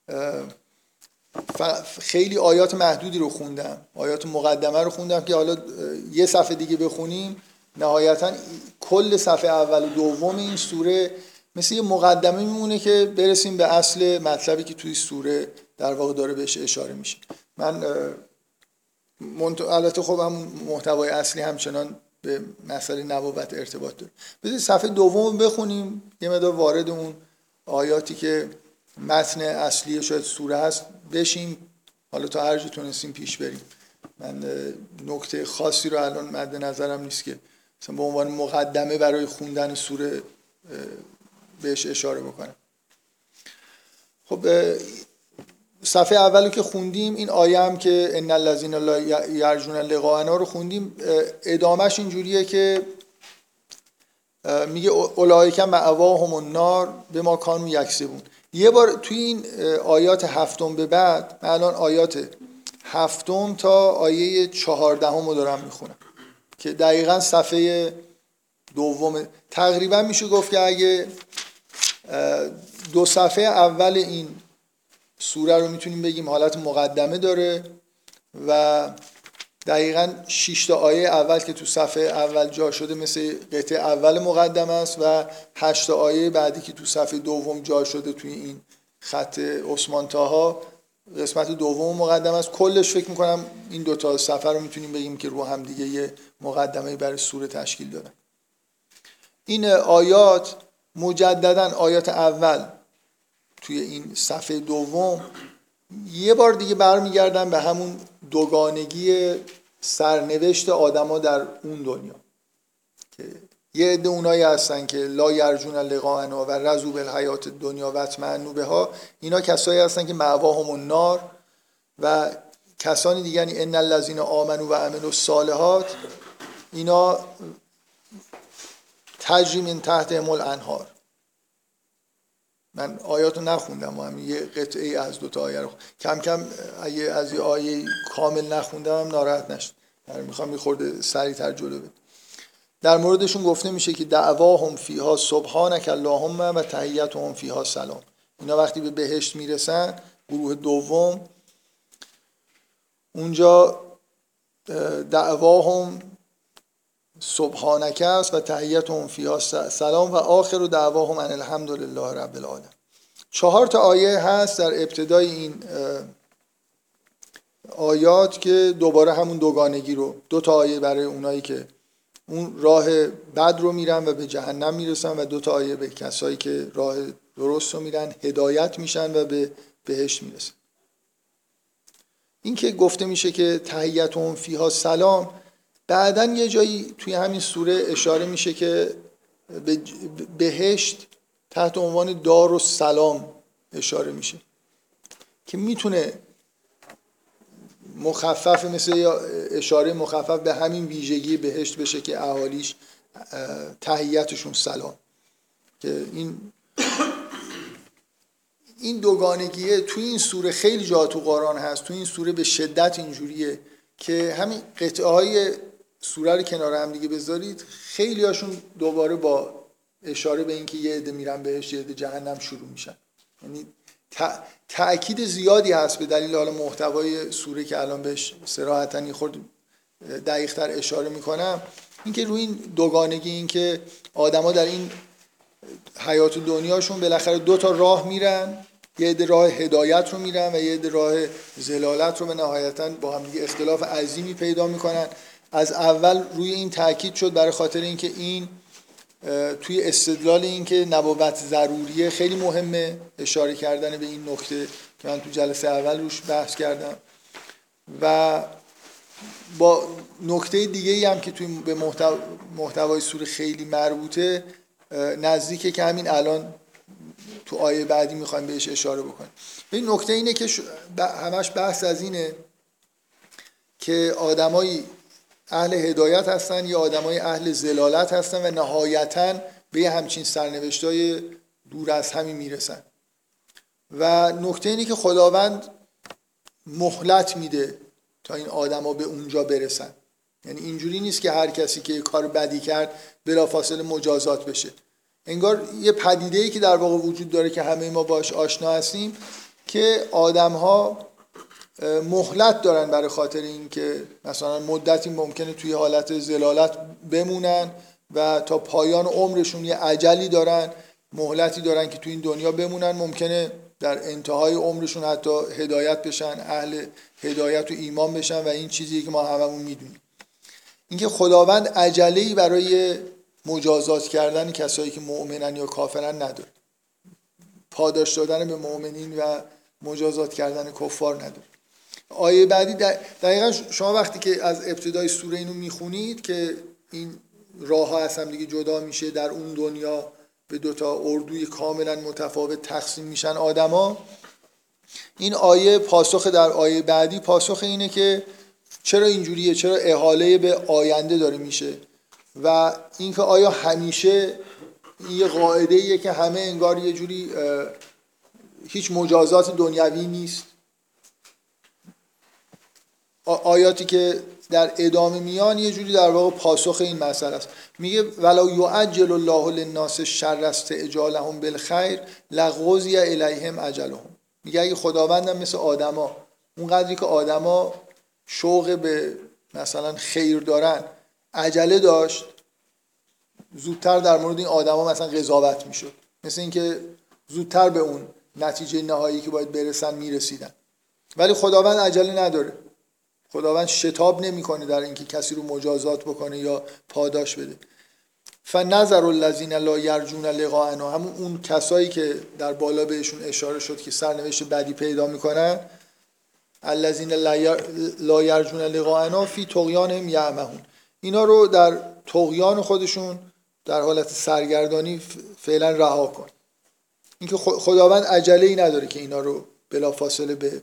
خیلی آیات محدودی رو خوندم، آیات مقدمه رو خوندم که حالا یه صفحه دیگه بخونیم نهایتا کل صفحه اول و دوم این سوره مثل یه مقدمه میمونه که برسیم به اصل مطلبی که توی سوره در واقع داره بهش اشاره میشه. من البته خب همون محتوای اصلی همچنان به مسئله نبوت ارتباط داره. بذارید صفحه دوم بخونیم، یه مقدار وارد اون آیاتی که متن اصلی شاید سوره هست بشیم، حالا تا هر جا تونستیم پیش بریم من نکته خاصی رو الان مد نظرم نیست که مثلا به عنوان مقدمه برای خوندن سوره بهش اشاره بکنم. خب صفحه اولو که خوندیم، این آیه هم که ان الذین لا یرجون لقاءنا رو خوندیم، ادامهش اینجوریه که میگه اولئک مأواهم النار بما کانوا یکسبون. یه بار توی این آیات هفتم به بعد، من الان آیات هفتم تا آیه 14 رو دارم میخونم که دقیقاً صفحه دوم. تقریبا میشه گفت که اگه دو صفحه اول این سوره رو میتونیم بگیم حالت مقدمه داره و دقیقاً 6 تا آیه اول که تو صفحه اول جا شده مثل قطعه اول مقدمه است و 8 تا آیه بعدی که تو صفحه دوم جا شده توی این خط عثمان طاها قسمت دوم مقدمه است. کلش فکر میکنم این دو تا صفحه رو میتونیم بگیم که رو هم دیگه یه مقدمه برای سوره تشکیل دادن. این آیات مجدداً آیات اول توی این صفحه دوم یه بار دیگه برمیگردن به همون دوگانگی سرنوشت آدما در اون دنیا که یه عده اونایی هستن که لا یرجون لقاءنا و رضوا بالحیات الدنیا و اطمئنوا بها، اینا کسایی هستن که مأواهم النار، و کسانی دیگه یعنی ان الذین آمنوا و عملوا الصالحات اینا تجری من تحتهم الانهار. من آیاتو نخوندم و همین یه قطعه از دوتا آیه رو کم کم اگه از یه آیه کامل نخوندم ناراحت نشد، میخوام یه خورده سریع‌تر جلو برم. در موردشون گفته میشه که دعواهم فیها سبحانک اللهم و تحیتهم فیها سلام. اینا وقتی به بهشت میرسن، گروه دوم، اونجا دعواهم سبحانک است و تحیتهم فیها سلام و آخر دعواهم ان الحمد لله رب العالمین. 4 تا آیه هست در ابتدای این آیات که دوباره همون دوگانگی رو، 2 تا آیه برای اونایی که اون راه بد رو میرن و به جهنم میرسن و 2 تا آیه به کسایی که راه درست رو میرن هدایت میشن و به بهشت میرسن. این که گفته میشه که تحیتهم فیها سلام، بعداً یه جایی توی همین سوره اشاره میشه که به بهشت تحت عنوان دار و سلام اشاره میشه که میتونه مخفف، مثل اشاره مخفف به همین ویژگی بهشت بشه که اهالیش تحیتشون سلام. که این دوگانگیه توی این سوره خیلی جا تو قرآن هست. توی این سوره به شدت اینجوریه که همین قطعه های سوره رو کنار هم دیگه بذارید، خیلی هاشون دوباره با اشاره به اینکه یه عده میرن بهش یه عده جهنم شروع میشن. یعنی تأکید زیادی هست به دلیل حالا محتوای سوره که الان بهش صراحتاً یه خورده دقیق‌تر اشاره میکنم، اینکه روی این دوگانگی، اینکه آدما در این حیات دنیاشون بالاخره 2 تا راه میرن، یه عده راه هدایت رو میرن و یه عده راه ضلالت رو، به نهایتاً با هم دیگه اختلاف عظیمی پیدا میکنن. از اول روی این تاکید شد برای خاطر اینکه این توی استدلال اینکه نبوت ضروریه خیلی مهمه، اشاره کردن به این نکته که من تو جلسه اول روش بحث کردم. و با نکته دیگه‌ای هم که توی به محتوای سوره خیلی مربوطه، نزدیکه که همین الان تو آیه بعدی میخوایم بهش اشاره بکنیم. این نکته اینه که همش بحث از اینه که آدمای اهل هدایت هستن یا آدمای اهل ضلالت هستن و نهایتاً به همچین سرنوشتای دور از همی میرسن. و نکته اینه که خداوند مهلت میده تا این آدما به اونجا برسن. یعنی اینجوری نیست که هر کسی که کار بدی کرد بلافاصله مجازات بشه. انگار یه پدیده‌ای که در واقع وجود داره که همه ما باش آشنا هستیم، که آدم‌ها مهلت دارن برای خاطر اینکه مثلا مدتی ممکنه توی حالت ضلالت بمونن و تا پایان عمرشون یه اجلی دارن، مهلتی دارن که توی این دنیا بمونن. ممکنه در انتهای عمرشون حتی هدایت بشن، اهل هدایت و ایمان بشن و این چیزیه که ما هممون میدونیم. اینکه خداوند عجله‌ای برای مجازات کردن کسایی که مؤمنن یا کافرن نداره، پاداش دادن به مؤمنین و مجازات کردن کفار نداره. آیه بعدی دقیقا شما وقتی که از ابتدای سوره اینو میخونید که این راه ها از هم دیگه جدا میشه، در اون دنیا به دوتا اردوی کاملا متفاوت تقسیم میشن آدما. این آیه پاسخ در آیه بعدی پاسخ اینه که چرا اینجوریه، چرا احاله به آینده داره میشه و اینکه آیا همیشه این یه قاعده ایه که همه انگار یه جوری هیچ مجازات دنیوی نیست. آیاتی که در ادامه میان یه جوری در واقع پاسخ این مسئله است. میگه ولو یعجل الله للناس شر استعجالهم بالخیر لقضی الیهم اجلهم. میگه اگه خداوندم مثل آدما، اون قدری که آدما شوق به مثلا خیر دارن عجله داشت، زودتر در مورد این آدما مثلا قضاوت میشد، مثل اینکه زودتر به اون نتیجه نهایی که باید برسن میرسیدن. ولی خداوند عجله نداره. خداوند شتاب نمیکنه در اینکه کسی رو مجازات بکنه یا پاداش بده. فنظر الذین لا یرجون لقاءنا، همون اون کسایی که در بالا بهشون اشاره شد که سرنوشت بدی پیدا میکنن، الذین لا یرجون لقاءنا فی طغیانهم یعمهون، اینا رو در طغیان خودشون در حالت سرگردانی فعلا رها کن. اینکه خداوند عجله‌ای نداره که اینا رو بلافاصله به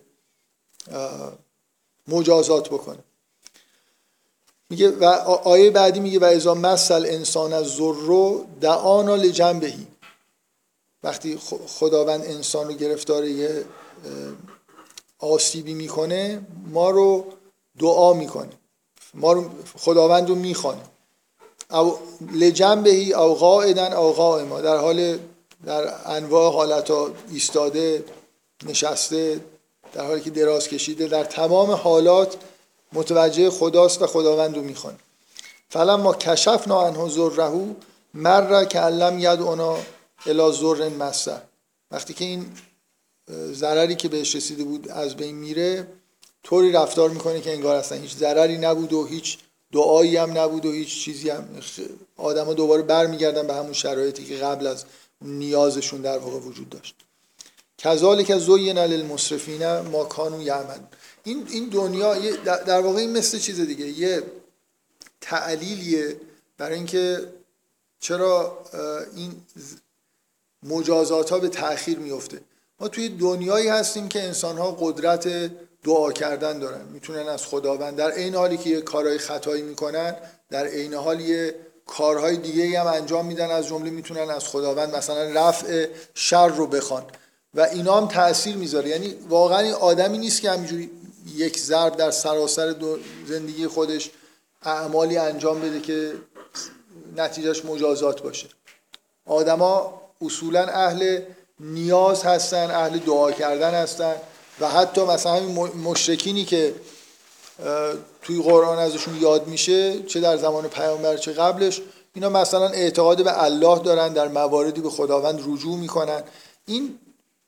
مجازات بکنه. میگه و آیه بعدی میگه و اذا مس الانسان الضر دعانا لجنبهی، وقتی خداوند انسان رو گرفتار یه آسیبی میکنه ما رو دعا میکنه، ما رو خداوند رو میخوانه. او لجنبهی او قاعدا او قائما، در انواع حالتا ایستاده، نشسته، در حالی که دراز کشیده، در تمام حالات متوجه خداست و خداوند رو میخوانه. فلما کشفنا عنه ضره مر کأن یدعنا الی ضر مسه، وقتی که این ضرری که بهش رسیده بود از بین میره طوری رفتار میکنه که انگار اصلا هیچ ضرری نبود و هیچ دعایی هم نبود و هیچ چیزی هم. آدما دوباره برمیگردن به همون شرایطی که قبل از نیازشون در واقع وجود داشت. کذالک زین للمسرفین ما کانوا یعملون. این دنیا در واقع این مثل چیز دیگه، یه تعلیلیه برای اینکه چرا این مجازات ها به تأخیر میفته. ما توی دنیایی هستیم که انسان ها قدرت دعا کردن دارن، میتونن از خداوند در عین حالی که یه کارهای خطایی میکنن در عین حال یه کارهای دیگه هم انجام میدن، از جمله میتونن از خداوند مثلا رفع شر رو بخوان و اینا هم تأثیر میذاره. یعنی واقعا این آدمی نیست که همینجوری یک ضرب در سراسر زندگی خودش اعمالی انجام بده که نتیجهش مجازات باشه. آدما اصولا اهل نیاز هستن، اهل دعا کردن هستن و حتی مثلا همین مشرکینی که توی قرآن ازشون یاد میشه، چه در زمان پیامبر چه قبلش، اینا مثلا اعتقاد به الله دارن، در مواردی به خداوند رجوع میکنن. این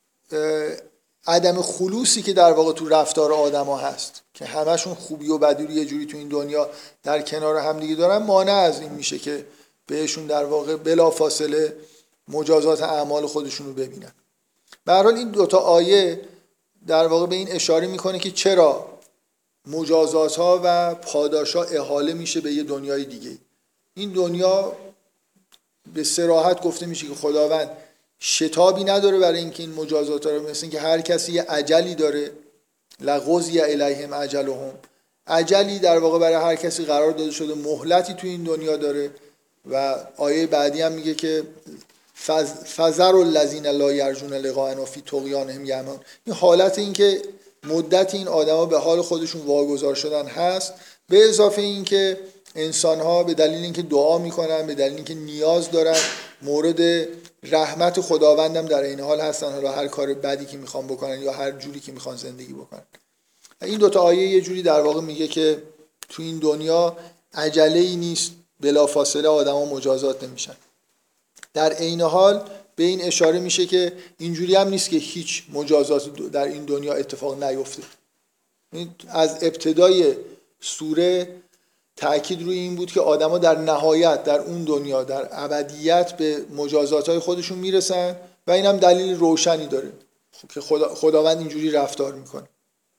عدم خلوصی که در واقع تو رفتار آدما هست که همشون خوبی و بدی رو یه جوری تو این دنیا در کنار هم دیگه دارن، مانع از این میشه که بهشون در واقع بلافاصله مجازات اعمال خودشون رو ببینن. به هر حال این دوتا آیه در واقع به این اشاره میکنه که چرا مجازات ها و پاداش ها احاله میشه به یه دنیای دیگه. این دنیا به صراحت گفته میشه که خداوند شتابی نداره برای اینکه این مجازات ها رو، مثل اینکه هر کسی یه اجلی داره، لقضی الیهم اجلهم، اجلی در واقع برای هر کسی قرار داده شده، مهلتی تو این دنیا داره. و آیه بعدی هم میگه که فذر الذین لا یرجون لقاءنا فی طغیانهم یعمهون. این حالت این که مدت این آدما به حال خودشون واگذار شدن هست، به اضافه این که انسان‌ها به دلیل اینکه دعا میکنن، به دلیل اینکه نیاز دارن، مورد رحمت خداوندم در این حال هستن، حالا هر کار بدی که میخوان بکنن یا هر جوری که میخوان زندگی بکنن. این دوتا آیه یه جوری در واقع میگه که تو این دنیا عجله‌ای نیست، بلافاصله آدما مجازات نمیشن. در عین حال به این اشاره میشه که اینجوری هم نیست که هیچ مجازات در این دنیا اتفاق نیفته. از ابتدای سوره تأکید روی این بود که آدما در نهایت در اون دنیا در ابدیت به مجازات‌های خودشون میرسن و این هم دلیل روشنی داره که خداوند اینجوری رفتار میکنه.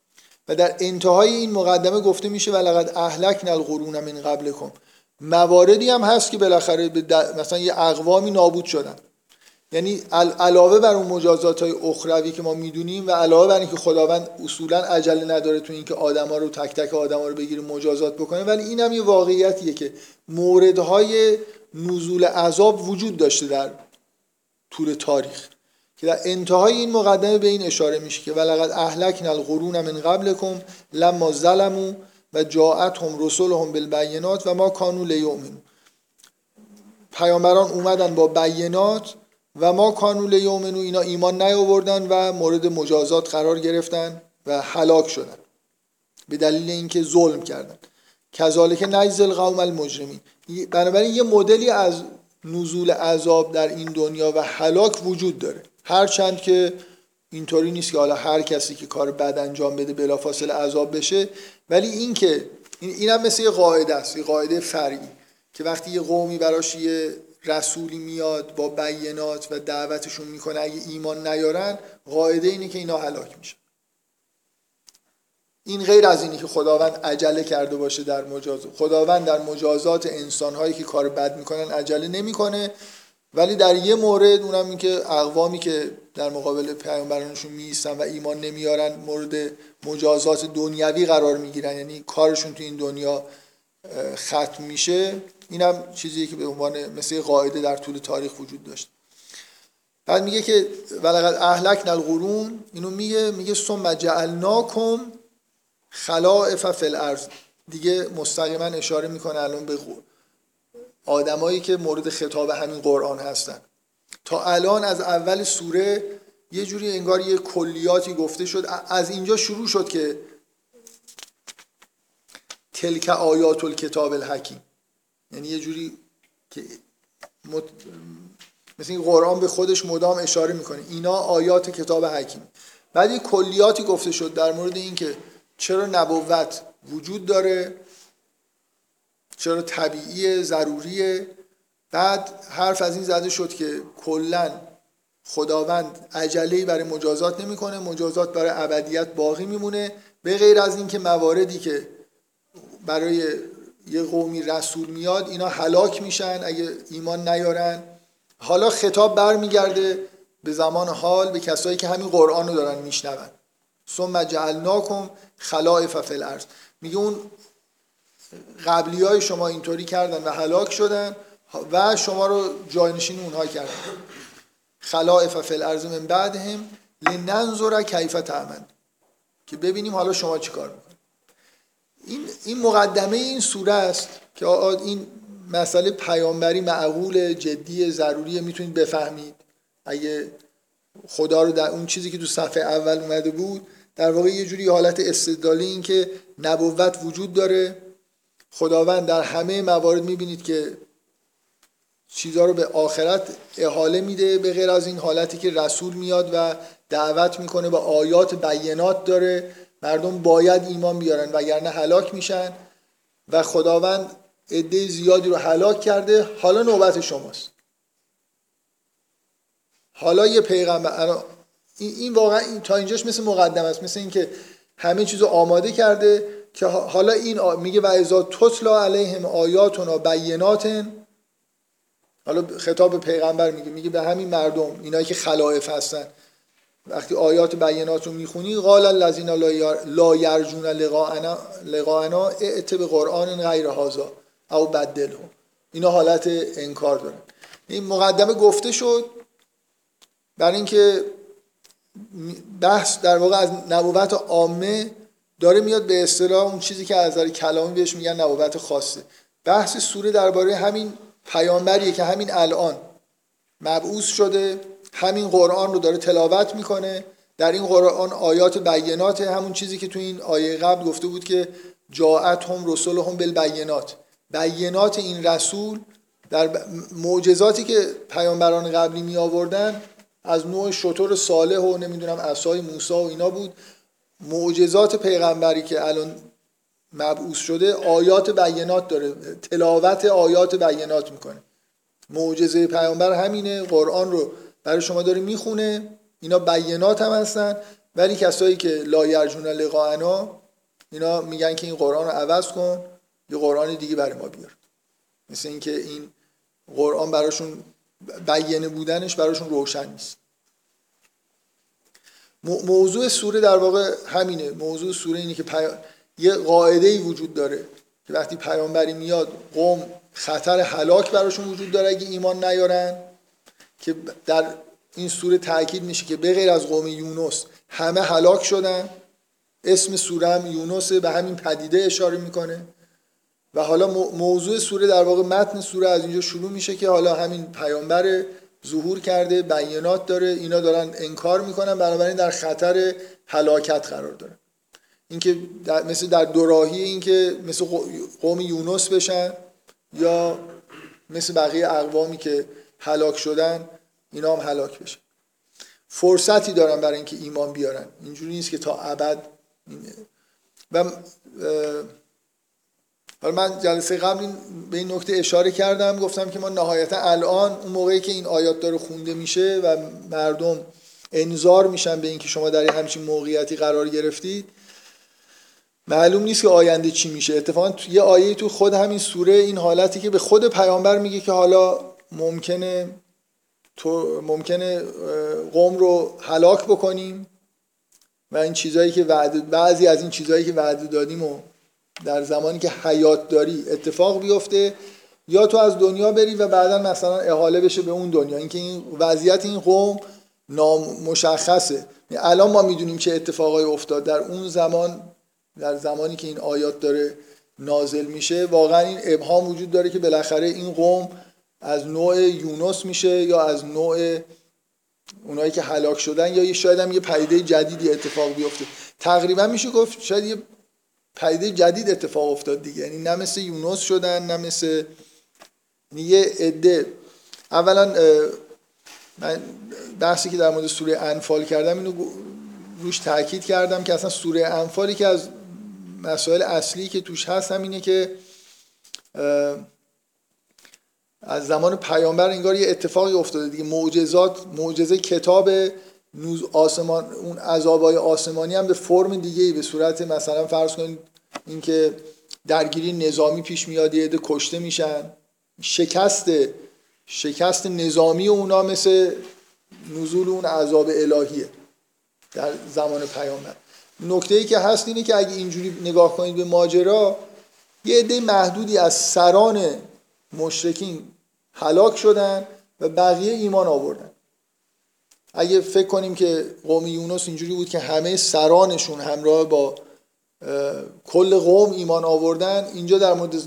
و در انتهای این مقدمه گفته میشه ولقد اهلکنا القرون من قبلکم. مواردی هم هست که بالاخره مثلا یه اقوامی نابود شدن، یعنی علاوه بر اون مجازات‌های اخروی که ما میدونیم و علاوه بر اینکه خداوند اصولا عجله نداره تو اینکه آدما رو تک تک آدما رو بگیره مجازات بکنه، ولی این هم یه واقعیتیه که موردهای نزول عذاب وجود داشته در طول تاریخ که در انتهای این مقدمه به این اشاره میشه که ولقد اهلکنا القرون من قبلکم لما ظلموا و جاءتهم رسلهم بالبینات و ما کانوا لیؤمنوا. پیامبران اومدن با بینات و ما کانوا لیؤمنوا، اینا ایمان نیاوردن و مورد مجازات قرار گرفتن و هلاک شدن به دلیل اینکه ظلم کردن. کذالک نجزی القوم المجرمین. بنابراین یه مدلی از نزول عذاب در این دنیا و هلاک وجود داره، هرچند که اینطوری نیست که حالا هر کسی که کار بد انجام بده بلافاصله عذاب بشه، ولی اینم مثل یه قاعده است، یه قاعده فرعی که وقتی یه قومی براش یه رسولی میاد با بینات و دعوتشون میکنه اگه ایمان نیارن، قاعده اینه که اینا هلاک میشن. این غیر از اینی که خداوند عجله کرده باشه در مجازات. خداوند در مجازات انسان‌هایی که کار بد میکنن عجله نمیکنه، ولی در یه مورد، اونم این که اقوامی که در مقابل پیامبرانشون میایستن و ایمان نمیارن مورد مجازات دنیوی قرار میگیرن، یعنی کارشون تو این دنیا ختم میشه. اینم چیزیه که به عنوان مثل قاعده در طول تاریخ وجود داشت. بعد میگه که ولقد اهلکنا القرون، اینو میگه ثم جعلناکم خلائف فی الارض. دیگه مستقیما اشاره میکنه الان به آدمایی که مورد خطاب همین قرآن هستن. تا الان از اول سوره یه جوری انگار یه کلیاتی گفته شد، از اینجا شروع شد که تلک آیات الکتاب الحکیم، یعنی یه جوری که مثل این قرآن به خودش مدام اشاره میکنه اینا آیات کتاب حکیم. بعد یه کلیاتی گفته شد در مورد این که چرا نبوت وجود داره، چرا طبیعیه، ضروریه. بعد حرف از این زده شد که کلاً خداوند عجله‌ای برای مجازات نمیکنه، مجازات برای ابدیت باقی میمونه، به غیر از این که مواردی که برای یه قومی رسول میاد اینا هلاک میشن اگه ایمان نیارن. حالا خطاب برمیگرده به زمان حال به کسایی که همین قرآن رو دارن میشنون. ثم جعلناکم خلائف فی الارض. میگه اون قبلیای شما اینطوری کردن و هلاک شدن و شما رو جاینشین اونها کردن. خلائف فی الارض من بعدهم لننظر کیف تعملون، که ببینیم حالا شما چی کار میکنید. این مقدمه این سوره است که این مسئله پیامبری معقول، جدی، ضروریه، میتونید بفهمید. اگه خدا رو در اون چیزی که تو صفحه اول اومده بود در واقع یه جوری حالت استدلالی، این که نبوت وجود داره، خداوند در همه موارد میبینید که چیزها رو به آخرت احاله میده، به غیر از این حالتی که رسول میاد و دعوت میکنه با آیات بینات داره، مردم باید ایمان بیارن وگرنه هلاک میشن و خداوند عده زیادی رو هلاک کرده. حالا نوبت شماست. حالا یه پیغمبر، این واقعا تا اینجاش مثل مقدمه است، مثل این که همه چیزو آماده کرده که حالا این میگه و اذا تتلا علیهم آیاتنا بینات. حالا خطاب به پیغمبر میگه به همین مردم، اینایی که خلائف هستن، وقتی آیات بینات رو میخونی قال الذین لا یرجون لقاءنا ائت بقرآن غیر هذا او بدله. اینا حالت انکار دارن. این مقدمه گفته شد برای اینکه بحث در واقع از نبوت عامه داره میاد به اصطلاح اون چیزی که از نظر کلامی بهش میگن نبوت خاصه. بحث سوره درباره همین پیامبریه که همین الان مبعوث شده، همین قرآن رو داره تلاوت میکنه. در این قرآن آیات بینات، همون چیزی که تو این آیه قبل گفته بود که جاءتهم رسلهم بالبینات. بینات این رسول در معجزاتی که پیامبران قبلی می آوردن از نوع شتر صالح و نمیدونم عصای موسی و اینا بود. معجزات پیغمبری که الان مبعوث شده آیات بینات داره، تلاوت آیات بینات میکنه. معجزه پیامبر همینه، قرآن رو برای شما داره میخونه. اینا بینات هم هستن، ولی کسایی که لا یرجون لقاءنا اینا میگن که این قرآن رو عوض کن، یه قرآن دیگه برای ما بیار. مثل اینکه این قرآن براشون بیانه بودنش براشون روشن نیست. موضوع سوره در واقع همینه. موضوع سوره اینه که یه قاعده‌ای وجود داره که وقتی پیامبری میاد قوم خطر هلاک براشون وجود داره اگه ایمان نیارن، که در این سوره تاکید میشه که به غیر از قوم یونس همه هلاک شدن. اسم سوره هم یونسه، به همین پدیده اشاره میکنه. و حالا موضوع سوره در واقع متن سوره از اینجا شروع میشه که حالا همین پیامبر ظهور کرده، بیانات داره، اینا دارن انکار میکنن، بنابراین در خطر هلاکت قرار دارن. اینکه مثل در دوراهی اینکه مثل قوم یونس بشن یا مثل بقیه اقوامی که هلاک شدن اینا هم هلاک بشن. فرصتی دارن برای اینکه ایمان بیارن، اینجوری نیست که تا ابد. و حالا من جلسه قبل به این نکته اشاره کردم، گفتم که ما نهایتا الان اون موقعی که این آیات داره خونده میشه و مردم انذار میشن به اینکه شما در همچین موقعیتی قرار گرفتید، معلوم نیست که آینده چی میشه. اتفاقا یه آیه تو خود همین سوره این حالتی که به خود پیامبر میگه که حالا ممکنه قوم رو هلاک بکنیم و این چیزایی که بعضی از این چیزایی که وعده دادیم و در زمانی که حیات داری اتفاق بیفته، یا تو از دنیا بری و بعدا مثلا احاله بشه به اون دنیا. اینکه این وضعیت این قوم نامشخصه. الان ما میدونیم چه اتفاقایی افتاد، در اون زمان، در زمانی که این آیات داره نازل میشه واقعا این ابهام وجود داره که بالاخره این قوم از نوع یونس میشه یا از نوع اونایی که هلاک شدن، یا شاید هم یه پدیده جدیدی اتفاق بیفته. تقریبا میشه گفت شاید یه پدیده جدید اتفاق افتاد دیگه، یعنی نه مثل یونس شدن، نه مثل یه عده. اولا من بحثی که در مورد سوره انفال کردم اینو روش تاکید کردم که اصلا سوره انفالی که از مسائل اصلی که توش هست همینه که از زمان پیامبر انگار یه اتفاقی افتاده دیگه. معجزه کتاب آسمان، اون عذابای آسمانی هم به فرم دیگه‌ای، به صورت مثلا فرض کنید اینکه درگیری نظامی پیش میاد، یه عده کشته میشن، شکست نظامی اونا مثل نزول اون عذاب الهیه در زمان پیامبر. نکته‌ای که هست اینه که اگه اینجوری نگاه کنید به ماجرا، یه عده محدودی از سران مشرکین هلاک شدن و بقیه ایمان آوردن. اگه فکر کنیم که قوم یونس اینجوری بود که همه سرانشون همراه با کل قوم ایمان آوردن، اینجا در مورد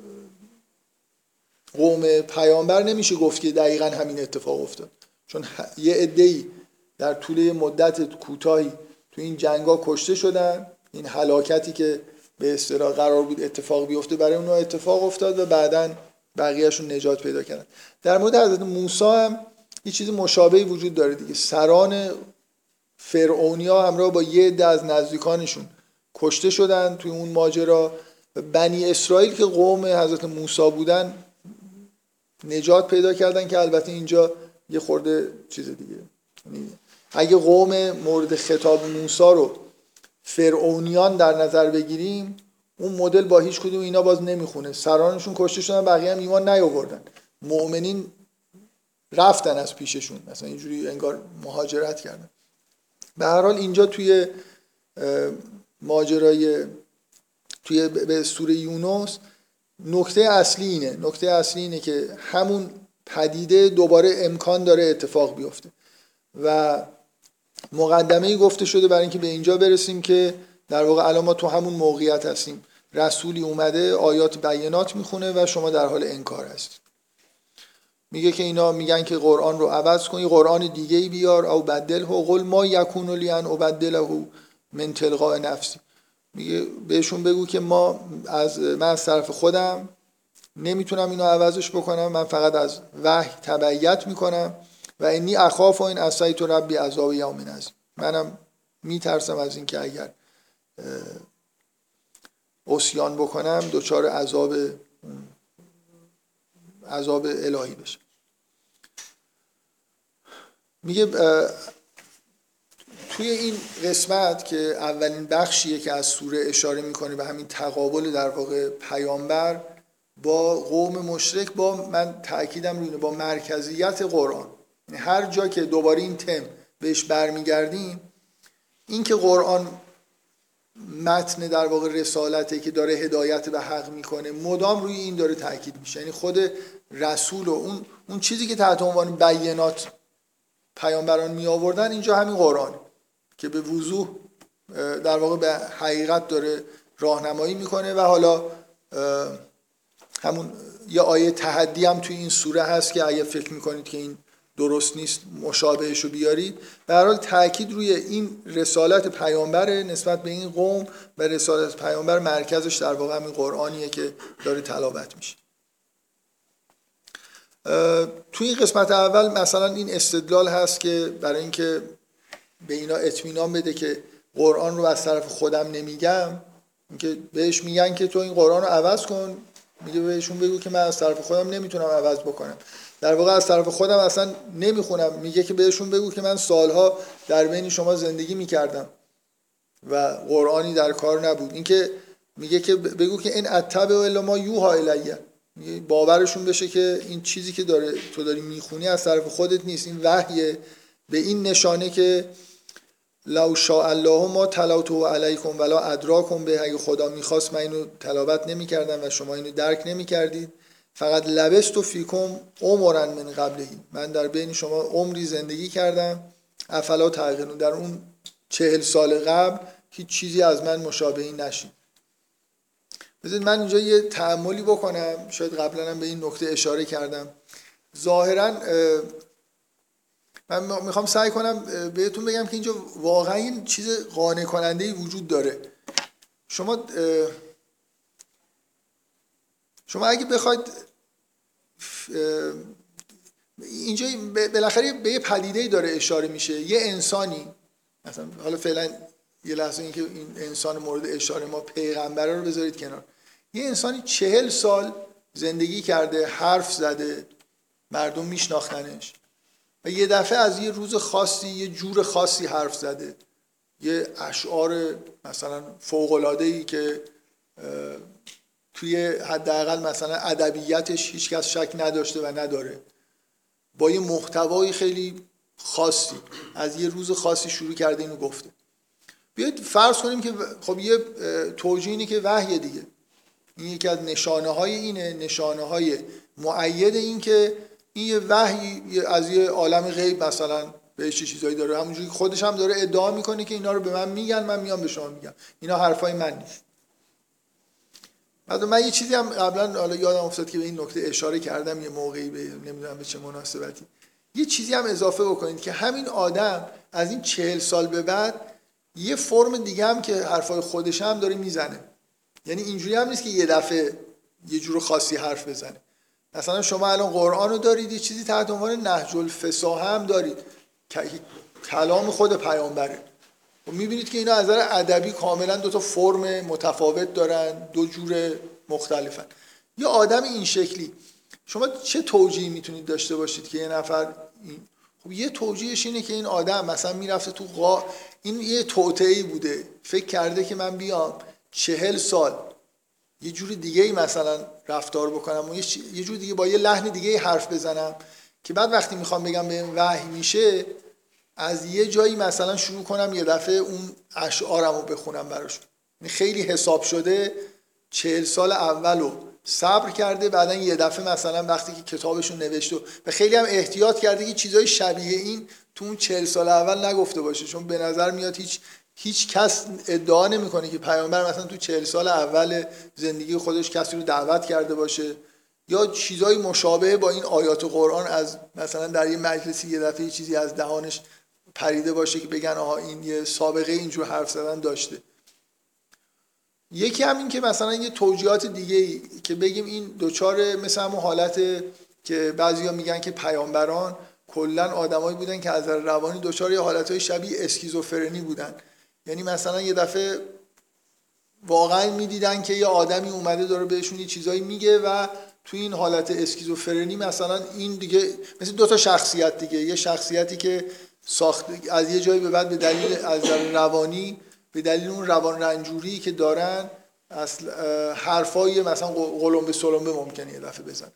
قوم پیامبر نمیشه گفت که دقیقاً همین اتفاق افتاد، چون یه عده‌ای در طول مدت کوتاهی تو این جنگا کشته شدن. این هلاکتی که به اصطلاح قرار بود اتفاق بیفته برای اونها اتفاق افتاد و بعداً بقیه‌شون نجات پیدا کردن. در مورد حضرت موسی هم یه چیز مشابهی وجود داره دیگه. سران فرعونیا همراه با یه عده از نزدیکانشون کشته شدن توی اون ماجرا. بنی اسرائیل که قوم حضرت موسی بودن نجات پیدا کردن، که البته اینجا یه خورده چیز دیگه. اگه قوم مورد خطاب موسی رو فرعونیان در نظر بگیریم، اون مدل با هیچ کدوم اینا باز نمیخونه. سرانشون کشته شدن، بقیه هم ایمان نیاوردن. مؤمنین رفتن از پیششون، مثلا اینجوری انگار مهاجرت کردن. به هر حال اینجا توی ماجرای توی به سوره یونس نکته اصلی اینه که همون پدیده دوباره امکان داره اتفاق بیفته و مقدمه‌ای گفته شده برای اینکه به اینجا برسیم که در واقع الان ما تو همون موقعیت هستیم. رسولی اومده آیات بیانات میخونه و شما در حال انکار هستید. میگه که اینا میگن که قرآن رو عوض کنی، قرآن دیگه‌ای بیار، او بدله قل ما یکون لی ان ابدله من تلقاء نفسی. میگه بهشون بگو که من از طرف خودم نمیتونم اینو عوضش بکنم، من فقط از وحی تبعیت میکنم و انی اخاف ان عصیت ربی عذاب یوم عظیم. منم میترسم از اینکه اگر عصیان بکنم دچار عذاب الهی بشه. میگه توی این قسمت که اولین بخشیه که از سوره اشاره میکنه به همین تقابل در واقع پیامبر با قوم مشرک، با من تأکیدم روی اینه با مرکزیت قرآن. یعنی هر جا که دوباره این تم بهش برمیگردیم، این که قرآن متن در واقع رسالته که داره هدایت به حق میکنه، مدام روی این داره تأکید میشه. یعنی خود رسول و اون چیزی که تحت عنوان بیانات پیامبران می آوردن، اینجا همین قرآن که به وضوح در واقع به حقیقت داره راهنمایی میکنه. و حالا همون یه آیه تحدی هم توی این سوره هست که اگه فکر میکنید که این درست نیست مشابهش رو بیارید. به هر حال تأکید روی این رسالت پیامبر نسبت به این قوم و رسالت پیامبر مرکزش در واقع همین قرآنیه که داره تلاوت میشه. توی این قسمت اول مثلا این استدلال هست که برای اینکه به اینا اطمینان بده که قرآن رو از طرف خودم نمیگم، که بهش میگن که تو این قرآن رو عوض کن، میگه بهشون بگو که من از طرف خودم نمیتونم عوض بکنم. در واقع از طرف خودم اصلا نمیخونم، میگه که بهشون بگو که من سالها در بین شما زندگی میکردم و قرآنی در کار نبود. این که میگه که بگو که این اتبع الا ما یوحی الیه، باورشون بشه که این چیزی که تو داری میخونی از طرف خودت نیست، این وحیه، به این نشانه که لو شاء الله ما تلوته علیکم ولا ادراکم به، اگه خدا میخواست من اینو تلاوت نمیکردم و شما اینو درک نمیکردید. فقط لبست فیکم عمرا من قبلهی، من در بین شما عمری زندگی کردم. افلا تعقلون، در اون 40 سال قبل هیچ چیزی از من مشابهی نشید. بذارید من اینجا یه تأملی بکنم، شاید قبلا هم به این نکته اشاره کردم. ظاهرا من میخوام سعی کنم بهتون بگم که اینجا واقعا این چیز قانع کننده‌ای وجود داره. شما اگه بخواید اینجا بالاخره به یه پدیده‌ای داره اشاره میشه، یه انسانی، مثلا حالا فعلا یه لحظه این که این انسان مورد اشاره ما پیغمبره رو بذارید کنار، یه انسانی 40 سال زندگی کرده، حرف زده، مردم میشناختنش و یه دفعه از یه روز خاصی یه جور خاصی حرف زده، یه اشعار مثلا فوق‌العاده‌ای که توی حداقل مثلا ادبیاتش هیچ کس شک نداشته و نداره، با یه محتوای خیلی خاصی از یه روز خاصی شروع کرده اینو گفته. بیاید فرض کنیم که خب یه توجیه اینه که وحی دیگه، این یکی از نشانه‌های اینه، نشانه‌های مؤید این که این یه وحی از یه عالم غیب مثلا بهش چیزایی داره، همونجوری که خودش هم داره ادعا میکنه که اینا رو به من میگن، من میام به شما میگم، اینا حرفای من نیست. بعد من یه چیزی هم قبلا حالا یادم افتاد که به این نکته اشاره کردم یه موقعی، نمیدونم به چه مناسبتی، یه چیزی هم اضافه بکنید که همین آدم از این 40 سال به بعد یه فرم دیگه هم که حرفای خودش هم داره میزنه. یعنی اینجوری هم نیست که یه دفعه یه جور خاصی حرف بزنه. مثلا شما الان قرآن رو دارید، یه چیزی تحت عنوان نهج الفصاحه هم دارید، کلام خود پیامبره، و میبینید که اینا از نظر ادبی کاملا دو تا فرم متفاوت دارن، دو جور مختلفن. یه آدم این شکلی شما چه توجیهی میتونید داشته باشید که یه نفر خب یه توجیهش اینه که این آدم مثلا میرفته تو این یه توطئه‌ای بوده، فکر کرده که من بیام 40 سال یه جور دیگه ای مثلا رفتار بکنم و یه جور دیگه با یه لحن دیگه حرف بزنم که بعد وقتی میخوام بگم به وحی میشه، از یه جایی مثلا شروع کنم یه دفعه اون اشعارمو بخونم براشون. خیلی حساب شده 40 سال اولو صبر کرده، بعدن یه دفعه مثلا وقتی که کتابشون نوشته و خیلی هم احتیاط کرده که چیزای شبیه این تو اون 40 سال اول نگفته باشه، چون به نظر میاد هیچ کس ادعا نمیکنه که پیامبر مثلا تو 40 سال اول زندگی خودش کسی رو دعوت کرده باشه یا چیزای مشابه با این آیات قرآن از مثلا در یه مجلسی یه دفعه چیزی از دهانش پریده باشه که بگن آها این یه سابقه اینجور حرف زدن داشته. یکی هم این که مثلا یه توجیهات دیگه که بگیم این دوچار مثل همون حالت که بعضیا میگن که پیامبران کلا آدمایی بودن که از نظر روانی دوچار یه حالتهای شبیه اسکیزوفرنی بودن، یعنی مثلا یه دفعه واقعا میدیدن که یه آدمی اومده داره بهشون یه چیزایی میگه و تو این حالت اسکیزوفرنی مثلا این دیگه مثل دو تا شخصیت دیگه، یه شخصیتی که ساخت از یه جایی به بعد به دلیل از روانی، به دلیل اون روان رنجوری که دارن، اصل حرفای مثلا قلمبه سلمبه ممکنه یه دفعه بزنن.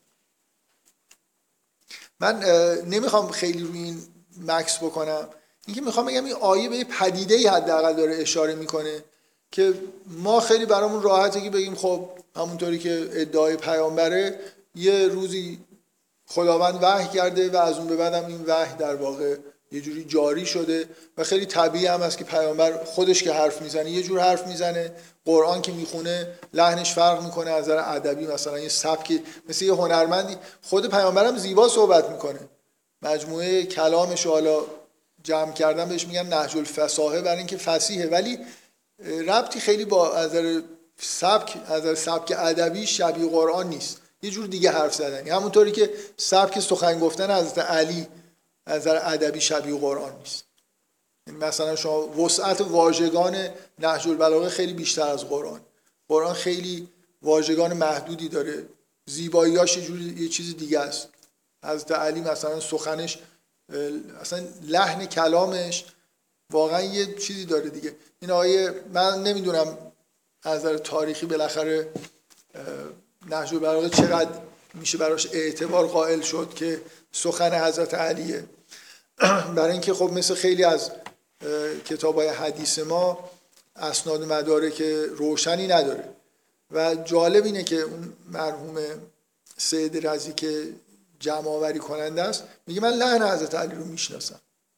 من نمیخوام خیلی روی این مکس بکنم، اینکه میخوام بگم این آیه به یه پدیده‌ای حداقل داره اشاره میکنه که ما خیلی برامون راحته که بگیم خب همونطوری که ادعای پیامبره یه روزی خداوند وحی کرده و از اون به بعدم این وحی در واقع یه جوری جاری شده و خیلی طبیعی هم است که پیامبر خودش که حرف میزنه یه جور حرف میزنه، قرآن که میخونه لحنش فرق میکنه از نظر ادبی، مثلا یه سبکی مثل یه هنرمندی. خود پیامبرم زیبا صحبت میکنه، مجموعه کلامش رو حالا جمع کردن بهش میگن نهج الفصاحه، برای اینکه فصیحه، ولی ربطی خیلی با از نظر سبک ادبی شبیه قرآن نیست، یه جور دیگه حرف زدنی. همونطوری که سبک سخن گفتن حضرت علی از نظر ادبی شبیه قرآن نیست. یعنی مثلا شما وسعت واژگان نهج البلاغه خیلی بیشتر از قرآن خیلی واژگان محدودی داره، زیباییاش یه جوری یه چیز دیگه است. حضرت علی مثلا سخنش، اصلا لحن کلامش واقعا یه چیزی داره دیگه. این آیه من نمیدونم از نظر تاریخی بالاخره نهج البلاغه چقدر میشه براش اعتبار قائل شد که سخن حضرت علیه، برای اینکه خب مثل خیلی از کتاب‌های حدیث ما اسناد و مدارک روشنی نداره. و جالب اینه که اون مرحوم سید رضی که جمع آوری کننده است میگه من لحن حضرت علی رو میشناسم.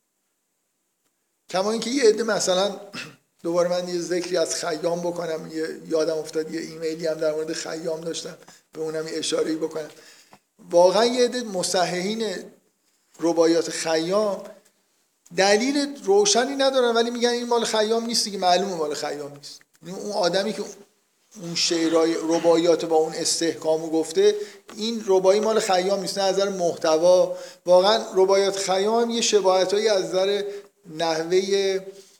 کما اینکه یه عده مثلا دوباره من یه ذکری از خیام بکنم، یادم افتاد یه ایمیلی هم در مورد خیام داشتم به اونم اشاره‌ای بکنم. واقعا یه عده مصححین رباعیات خیام دلیل روشنی ندارن ولی میگن این مال خیام نیست دیگه، معلومه مال خیام نیست. اون آدمی که اون شعرهای رباعیات با اون استحکامو گفته این رباعی مال خیام نیست، نه از نظر محتوا. واقعا رباعیات خیام یه شباهتایی از نظر نحوه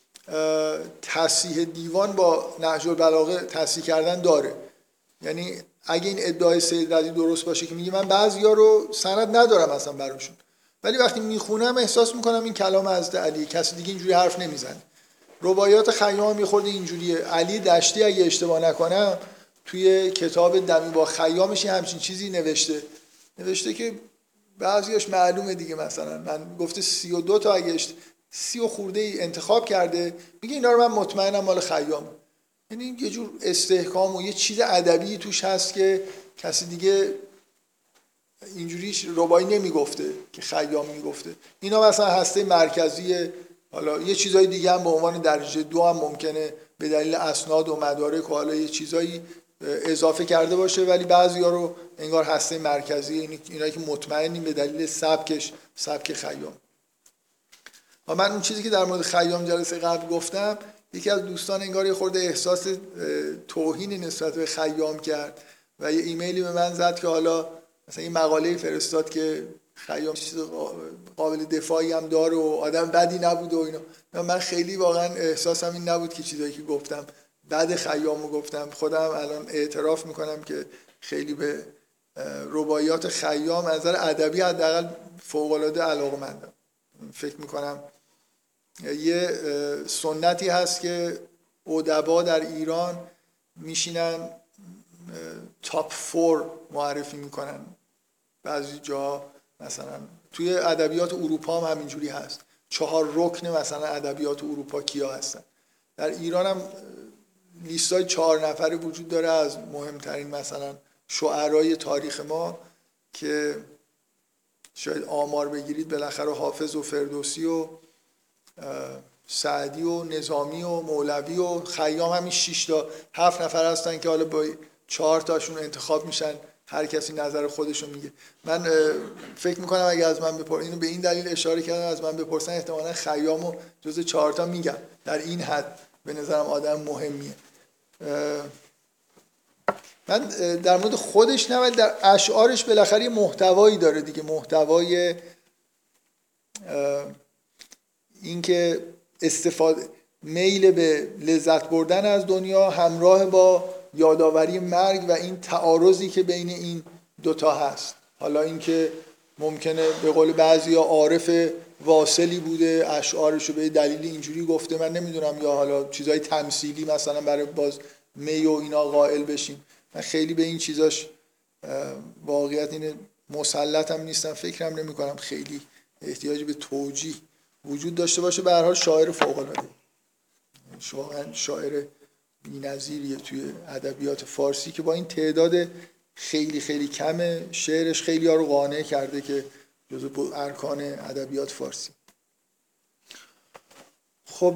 تصحیح دیوان با نهج البلاغه تصحیح کردن داره. یعنی اگه این ادعای سید رضی درست باشه که میگه من بعضیا رو سند ندارم اصلا براشون، ولی وقتی میخونم احساس میکنم این کلام حضرت علی، کسی دیگه اینجوری حرف نمیزنه. رباعیات خیام میخورده اینجوریه. علی دشتی اگه اشتباه نکنم توی کتاب دمی با خیامش همچین چیزی نوشته که بعضیاش معلومه دیگه، مثلا من گفته 32 تا اگه 30 خورده ای انتخاب کرده، میگه اینا رو من مطمئنم مال خیام. یعنی یه جور استحکام و یه چیز ادبی توش هست که کسی دیگه اینجوری رباعی نمیگفته که خیام میگفته. اینا مثلا هسته مرکزی، حالا یه چیزای دیگه هم به عنوان درجه 2 هم ممکنه به دلیل اسناد و مدارک و حالا یه چیزایی اضافه کرده باشه، ولی بعضیا رو انگار هسته مرکزی، اینایی که مطمئنیم به دلیل سبک خیام. و من اون چیزی که در مورد خیام جلسه قبل گفتم، یکی از دوستان انگار یه خورده احساس توهین نسبت به خیام کرد و یه ایمیلی به من زد که حالا مثلا این مقاله فرستاد که خیام چیز قابل دفاعی هم داره و آدم بدی نبود و اینا. من خیلی واقعا احساسم این نبود که چیزایی که گفتم بعد خیامو گفتم. خودم الان اعتراف میکنم که خیلی به رباعیات خیام از نظر ادبی حداقل فوق‌العاده علاقه‌مندم. فکر میکنم یه سنتی هست که ادبا در ایران میشینن تاپ 4 معرفی میکنن. بعضی جا مثلا توی ادبیات اروپا هم همینجوری هست، 4 رکن مثلا ادبیات اروپا کیا هستن. در ایران هم لیستای 4 نفره وجود داره از مهمترین مثلا شاعرای تاریخ ما که شاید آمار بگیرید بالاخره حافظ و فردوسی و سعدی و نظامی و مولوی و خیام همین 6 تا 7 نفر هستن که حالا با 4 تاشون انتخاب میشن، هر کسی نظر خودشو میگه. من فکر میکنم اگه از من بپرسن، اینو به این دلیل اشاره کردم از من بپرسن احتمالاً خیامو جزء 4 تا میگم. در این حد به نظرم آدم مهمیه. من در مورد خودش نه، ولی در اشعارش بالاخره محتوایی داره دیگه، محتوای اینکه استفاده میل به لذت بردن از دنیا همراه با یادآوری مرگ و این تعارضی که بین این دوتا هست. حالا اینکه ممکنه به قول بعضیا عارف واصلی بوده، اشعارشو به دلیل اینجوری گفته، من نمیدونم، یا حالا چیزای تمثیلی مثلا برای باز می و اینا قائل بشیم. من خیلی به این چیزاش واقعیت اینه مسلطم نیستم، فکرم نمی کنم خیلی احتیاج به توجیه وجود داشته باشه. به هر حال شاعر فوق‌العاده، واقعا شاعر بی‌نظیریه توی ادبیات فارسی که با این تعداد خیلی خیلی کم شعرش خیلی ها رو قانع کرده که جزو ارکان ادبیات فارسی. خب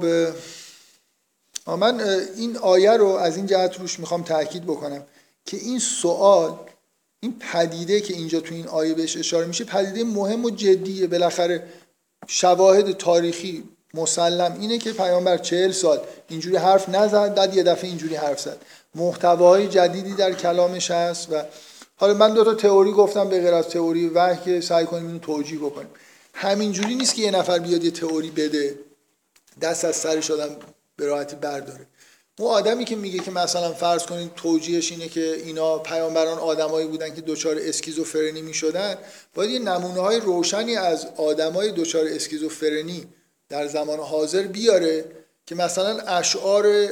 من این آیه رو از این جهت روش میخوام تاکید بکنم که این سوال، این پدیده که اینجا تو این آیه بهش اشاره میشه پدیده مهم و جدیه. بالاخره شواهد تاریخی مسلم اینه که پیامبر 40 سال اینجوری حرف نزد، بعد یه دفعه اینجوری حرف زد، محتوای جدیدی در کلامش هست. و حالا من 2 تا تئوری گفتم به غیر از تئوری وحی که سعی کنیم اینو توجیه بکنیم. همینجوری نیست که یه نفر بیاد یه تئوری بده دست از سرش آدم به راحتی برداره. اون آدمی که میگه که مثلا فرض کنید توجیهش اینه که اینا پیامبران آدمایی بودن که دچار اسکیزوفرنی میشدن، باید یه نمونه‌های روشنی از آدمای دچار اسکیزوفرنی در زمان حاضر بیاره که مثلا اشعار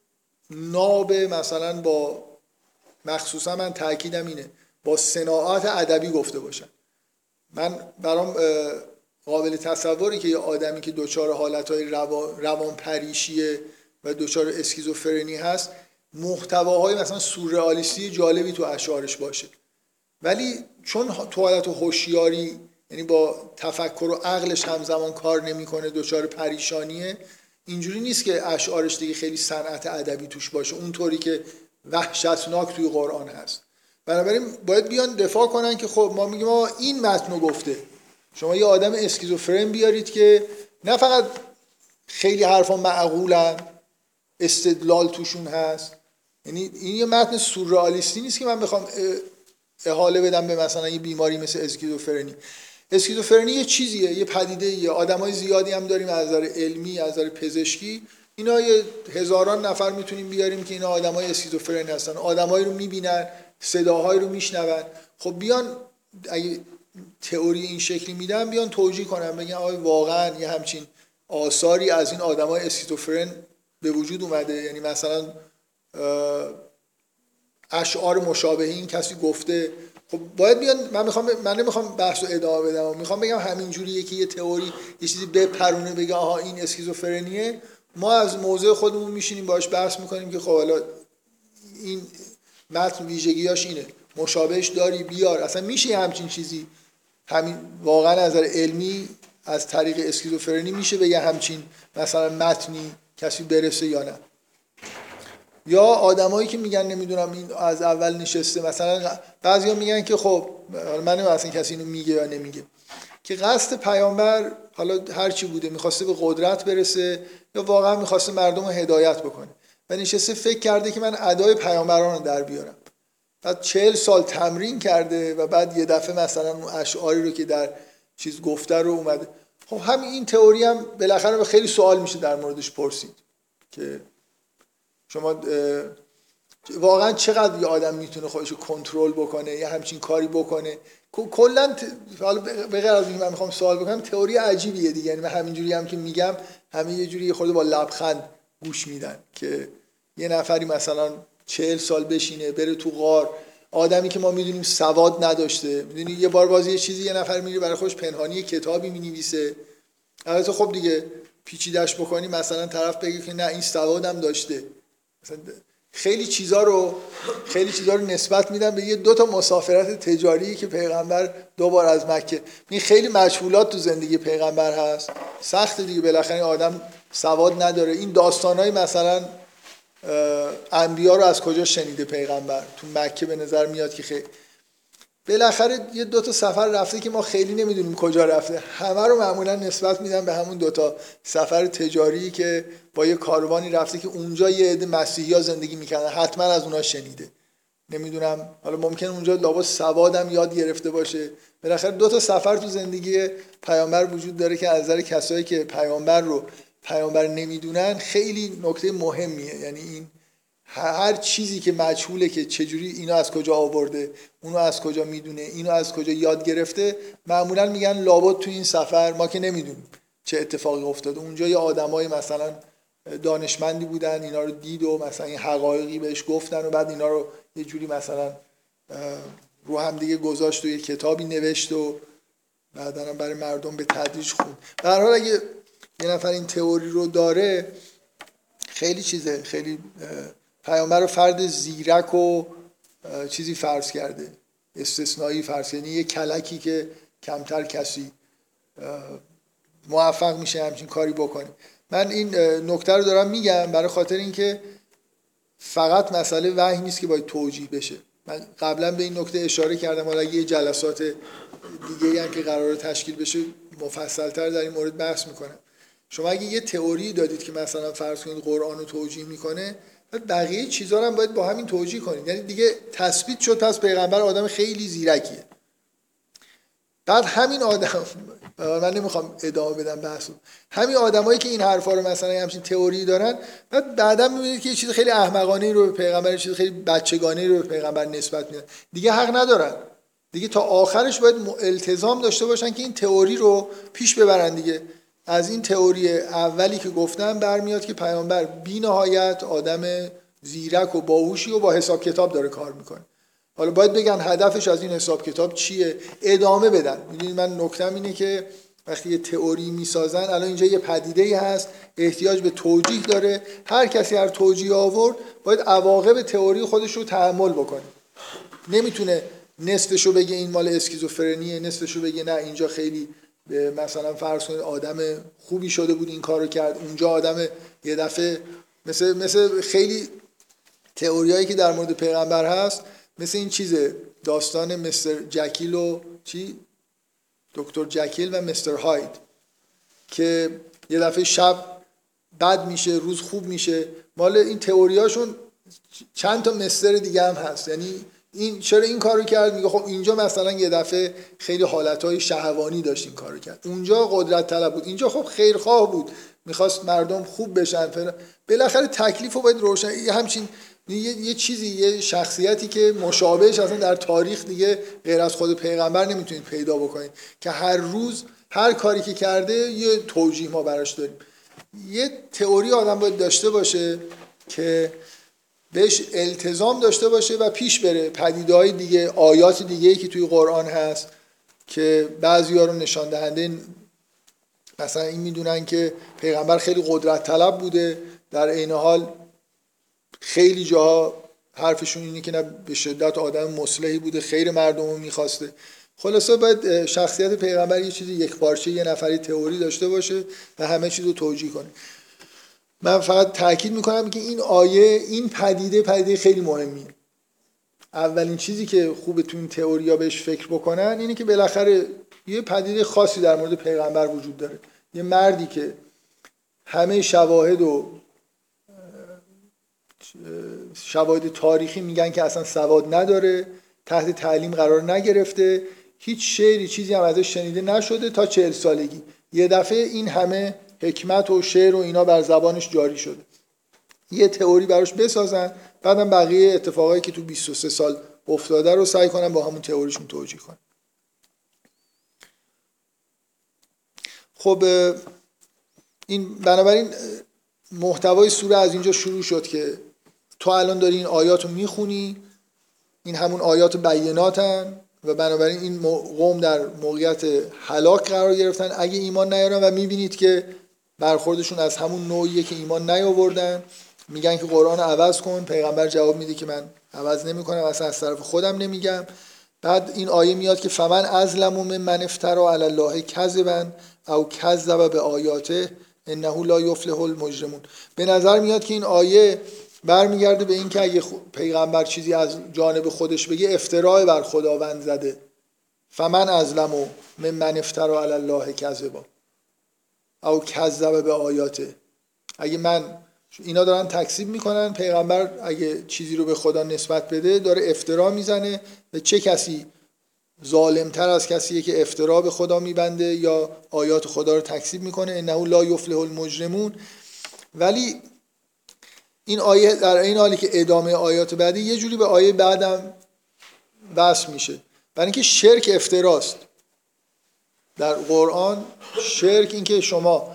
ناب مثلا با مخصوصا من تاکیدم اینه با صناعات ادبی گفته باشن. من برام قابل تصوری که یه آدمی که دچار حالتهای روان پریشیه و دچار اسکیزوفرنی هست محتواهای مثلا سورئالیستی جالبی تو اشعارش باشه، ولی چون تو حالت هوشیاری یعنی با تفکر و عقلش همزمان کار نمیکنه، دچار پریشانیه، اینجوری نیست که اشعارش دیگه خیلی صنعت ادبی توش باشه اونطوری که وحشتناک توی قرآن هست. بنابراین باید بیان دفاع کنن که خب ما میگیم این متنو گفته. شما یه آدم اسکیزوفرن بیارید که نه فقط خیلی حرفا معقولن، استدلال توشون هست، یعنی این یه متن سورئالیستی نیست که من بخوام احاله بدم به مثلا یه بیماری مثل اسکیزوفرنی. اسکیزوفرنی یه چیزیه، یه پدیده‌ایه. آدمای زیادی هم داریم از نظر علمی، از نظر پزشکی، اینا یه هزاران نفر میتونیم بیاریم که اینا آدمای اسکیزوفرن هستن، آدمایی رو میبینن، صداهایی رو میشنون. خب بیان اگه تئوری این شکلی میدن بیان توجیه کنن، بگن آیا واقعا یه همچین آثاری از این آدمای اسکیزوفرن به وجود اومده، یعنی مثلا اشعار مشابه این کسی گفته. خب باید بیان، من نمیخوام بحث رو ادامه بدم، میخوام بگم همین جوریه که یه تئوری یه چیزی بپرونه بگه آها این اسکیزوفرنیه، ما از موضع خودمون میشینیم باهاش بحث میکنیم که خب حالا این متن ویژگیاش اینه، مشابهش داری بیار. اصلا میشه همچین چیزی همین واقعا از نظر علمی از طریق اسکیزوفرنی میشه به یه همچین مثلا متنی کسی برسه یا نه؟ یا آدمایی که میگن نمیدونم این از اول نشسته، مثلا بعضیا میگن که خب من نمیدونم اصلا کسی اینو میگه یا نمیگه که قصد پیامبر حالا هر چی بوده میخواسته به قدرت برسه یا واقعا میخواسته مردم رو هدایت بکنه و نشسته فکر کرده که من ادای پیامبران رو در بیارم. بعد 40 سال تمرین کرده و بعد یه دفعه مثلا اون اشعاری رو که در چیز گفته رو اومده. خب همین این تئوری هم بالاخره خیلی سوال میشه در موردش پرسید که شما واقعا چقدر یه آدم میتونه خودش رو کنترل بکنه یا همچین کاری بکنه. کلا حالا به غیر از اینکه من میخوام سوال بکنم، تئوری عجیبیه دیگه. یعنی من همینجوری هم که میگم همه یه جوری خورده با لبخند گوش میدن که یه نفری مثلا 40 سال بشینه بره تو غار، آدمی که ما میدونیم سواد نداشته، میدونی یه بار بازی یه چیزی یه نفر میره برای خودش پنهانی کتابی مینویسه، البته خب دیگه پیچیده‌اش بکنی مثلا طرف بگه که نه این سوادم داشته. مثلا خیلی چیزا رو نسبت میدن به یه 2 تا مسافرت تجاری که پیغمبر 2 بار از مکه. این خیلی مشغولات تو زندگی پیغمبر هست، سخت دیگه، بالاخره آدم سواد نداره. این داستانای مثلا انبیا رو از کجا شنیده پیغمبر؟ تو مکه به نظر میاد که خیلی بالاخره یه 2 تا سفر رفته که ما خیلی نمیدونیم کجا رفته، همه رو معمولا نسبت میدن به همون 2 تا سفر تجاری که با یه کاروانی رفته که اونجا یه عده مسیحی‌ها زندگی میکردن، حتما از اونها شنیده. نمیدونم، حالا ممکنه اونجا لابد سوادم یاد گرفته باشه. بالاخره 2 تا سفر تو زندگی پیامبر وجود داره که از نظر کسایی که پیامبر رو پیامبر نمیدونن خیلی نکته مهمیه. یعنی این هر چیزی که مجهوله که چجوری اینو از کجا آورده، اونو از کجا میدونه، اینو از کجا یاد گرفته، معمولا میگن لابد تو این سفر ما که نمیدونیم چه اتفاقی افتاده، اونجا یه آدمای مثلا دانشمندی بودن اینا رو دید و مثلا این حقایقی بهش گفتن و بعد اینا رو یه جوری مثلا رو هم دیگه گذاشت و یه کتابی نوشت و بعدا هم برای مردم به تدریج خوند. در هر حال اگه یه نفر این تئوری رو داره خیلی چیزه، خیلی پیامبر رو فرد زیرک و چیزی فرض کرده، استثنایی فرض کرده، یه کلکی که کمتر کسی موفق میشه همچین کاری بکنه. من این نکته رو دارم میگم برای خاطر اینکه فقط مسئله وحی نیست که باید توجیه بشه. من قبلا به این نکته اشاره کردم، حالا یه جلسات دیگه هم که قراره تشکیل بشه مفصل‌تر در این مورد بحث میکنم. شما اگه یه تئوری دادید که مثلا فرض کنید قرآن رو توجیه میکنه، بقیه چیزا رو هم باید با همین توجیه کنید. یعنی دیگه تثبیت شد پس پیغمبر آدم خیلی زیرکیه. بعد همین آدم، من نمیخوام ادامه بدم بحثو، همین آدمایی که این حرفا رو مثلا همچین تئوری دارن، بعدا میبینید که یه چیز خیلی احمقانه رو به پیغمبر، یه چیز خیلی بچگانه رو به پیغمبر نسبت میدن. دیگه حق ندارن. دیگه تا آخرش باید التزام داشته باشن که این تئوری رو پیش ببرن دیگه. از این تئوری اولی که گفتم برمیاد که پیامبر بی‌نهایت آدم زیرک و باهوشی و با حساب کتاب داره کار میکنه. حالا باید بگن هدفش از این حساب کتاب چیه، ادامه بدن. میدونید من نکتم اینه که وقتی یه تئوری میسازن، الان اینجا یه پدیده‌ای هست احتیاج به توجیه داره، هر کسی هر توجیه آورد باید عواقب تئوری خودش رو تحمل بکنه. نمیتونه نصفشو بگه این مال اسکیزوفرنیه، نصفشو بگه نه اینجا خیلی مثلا فرض کنید آدم خوبی شده بود این کارو کرد، اونجا آدم یه دفعه مثل خیلی تئوریایی که در مورد پیغمبر هست، مثل این چیزه، داستان مستر جکیل و دکتر جکیل و مستر هاید که یه دفعه شب بد میشه روز خوب میشه. مال این تئوریاشون چند تا مستر دیگه هم هست. یعنی این چرا این کارو کرد، میگه خب اینجا مثلا یه دفعه خیلی حالتهای شهوانی داشت این کارو کرد، اونجا قدرت طلب بود، اینجا خب خیرخواه بود میخواست مردم خوب بشن. بالاخره تکلیفو باید روشن. همچین یه چیزی، یه شخصیتی که مشابهش اصلا در تاریخ دیگه غیر از خود پیغمبر نمیتونید پیدا بکنید که هر روز هر کاری که کرده یه توجیه ما براش داریم. یه تئوری آدم باید داشته باشه که بهش التزام داشته باشه و پیش بره. پدیده‌های دیگه، آیات دیگه‌ای که توی قرآن هست که بعضی‌ها رو نشان دهنده مثلا این میدونن که پیغمبر خیلی قدرت طلب بوده، در عین حال خیلی جاها حرفشون اینه که نه به شدت آدم مصلحی بوده، خیر مردم رو میخواسته. خلاصه باید شخصیت پیغمبر یه چیزی یک پارچه، یه نفری تئوری داشته باشه و همه چیز رو توجیه کنه. من فقط تاکید میکنم که این آیه، این پدیده خیلی مهمیه. اولین چیزی که خوبه تو این تئوریا بهش فکر بکنن اینه که بالاخره یه پدیده خاصی در مورد پیغمبر وجود داره. یه مردی که همه شواهد تاریخی میگن که اصلا سواد نداره، تحت تعلیم قرار نگرفته، هیچ شعری چیزی هم ازش شنیده نشده تا 40 سالگی. یه دفعه این همه حکمت و شعر و اینا بر زبانش جاری شده. یه تئوری براش بسازن، بعدم بقیه اتفاقایی که تو 23 سال افتاده رو سعی کنن با همون تئوریشون توجیه کنن. خب این بنابراین محتوای سوره از اینجا شروع شد که تو الان داری این آیات رو میخونی، این همون آیات بیناتن و بنابراین این قوم در موقعیت هلاک قرار گرفتن اگه ایمان نیارن و میبینید که برخوردشون از همون نوعیه که ایمان نیاوردن. میگن که قرآن رو عوض کن، پیغمبر جواب میده که من عوض نمیکنم، اصلا از طرف خودم نمیگم. بعد این آیه میاد که فمن اظلم ممن افتری علی الله کذبا او کذب بآیاته انه لا یفلح المجرمون. به نظر میاد که این آیه برمیگرده به این که اگه پیغمبر چیزی از جانب خودش بگه افتراء بر خداوند زده. فمن اظلم ممن افتری علی الله کذبا او کذب بآیاته. اگه من اینا دارن تکذیب میکنن، پیغمبر اگه چیزی رو به خدا نسبت بده داره افترا میزنه. و چه کسی ظالمتر از کسیه که افترا به خدا میبنده یا آیات خدا رو تکذیب میکنه؟ انه لا یفلح المجرمون. ولی این آیه در این حالی که ادامه آیات بعدی یه جوری به آیه بعدم وصل میشه، برای اینکه شرک افتراست در قرآن. شرک این که شما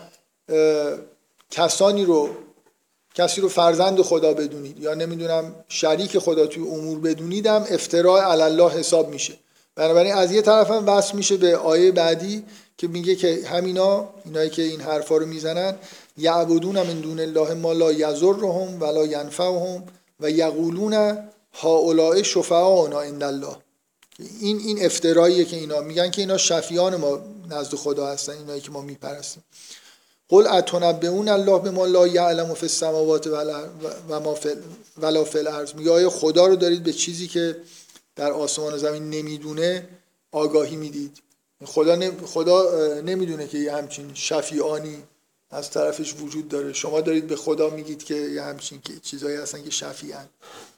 کسی رو فرزند خدا بدونید یا نمیدونم شریک خدا توی امور بدونیدم افتراء علی الله حساب میشه. بنابراین از یه طرف هم وصل میشه به آیه بعدی که میگه که اینایی که این حرفا رو میزنن یعبدون من دون الله ما لا یضرهم ولا ینفعهم و یقولون هؤلاء شفعاؤنا عند الله. این افتراییه که اینا میگن که اینا شفیعان ما نزد خدا هستن، اینایی که ما میپرستیم. قل اتنبئون الله بما لا یعلم فی السماوات ولا فی الارض. میگه آیا خدا رو دارید به چیزی که در آسمان و زمین نمیدونه آگاهی میدید؟ خدا نمیدونه که یه همچین شفیعانی از طرفش وجود داره، شما دارید به خدا میگید که یه همچین چیزایی هستن که شفیعن.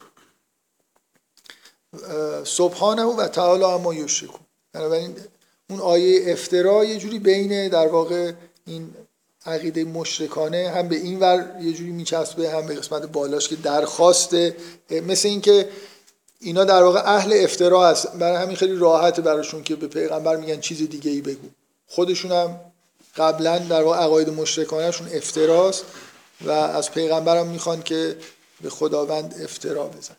سبحانه و تعالی اما یشرکون. بنابراین اون آیه افترا یه جوری بین در واقع این عقیده مشرکانه هم به این ور یه جوری میچسبه، هم به قسمت بالاش که درخواست، مثل این که اینا در واقع اهل افترا هست، برای همین خیلی راحته براشون که به پیغمبر میگن چیز دیگه ای بگو. خودشون هم قبلا در واقع عقاید مشرکانه شون افتراست و از پیغمبر هم میخوان که به خداوند افترا بزن.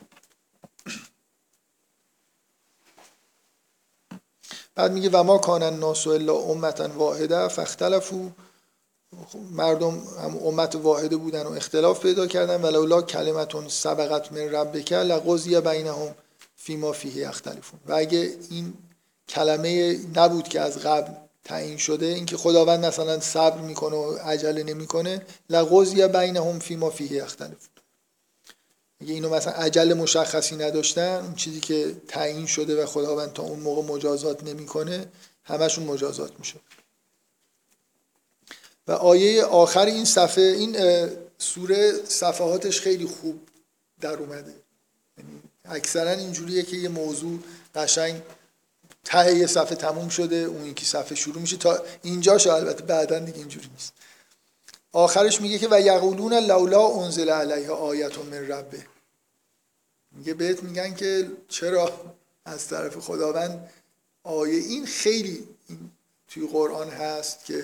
بعد میگه و ما کان الناس الا امة واحده فاختلفوا. مردم هم امت واحده بودن و اختلاف پیدا کردن. ولولا کلمتون سبقت من ربک لقضی بینهم فیما فیه یختلفون. و اگه این کلمه نبود که از قبل تعیین شده، اینکه خداوند مثلا صبر میکنه و عجله نمیکنه، لقضی بینهم فیما فیه یختلفون. اگه اینو مثلا عجل مشخصی نداشتن، اون چیزی که تعیین شده و خداوند تا اون موقع مجازات نمیکنه همشون مجازات میشه. و آیه آخر این صفحه، این سوره صفحاتش خیلی خوب در اومده، یعنی اکثرا اینجوریه که یه موضوع قشنگ ته یه صفحه تموم شده، اون یکی صفحه شروع میشه تا اینجاش. البته بعدن دیگه اینجوری نیست. آخرش میگه که و یقولون لولا انزل علیه آیه من ربه. میگه بهت میگن که چرا از طرف خداوند آیه. این خیلی توی قرآن هست که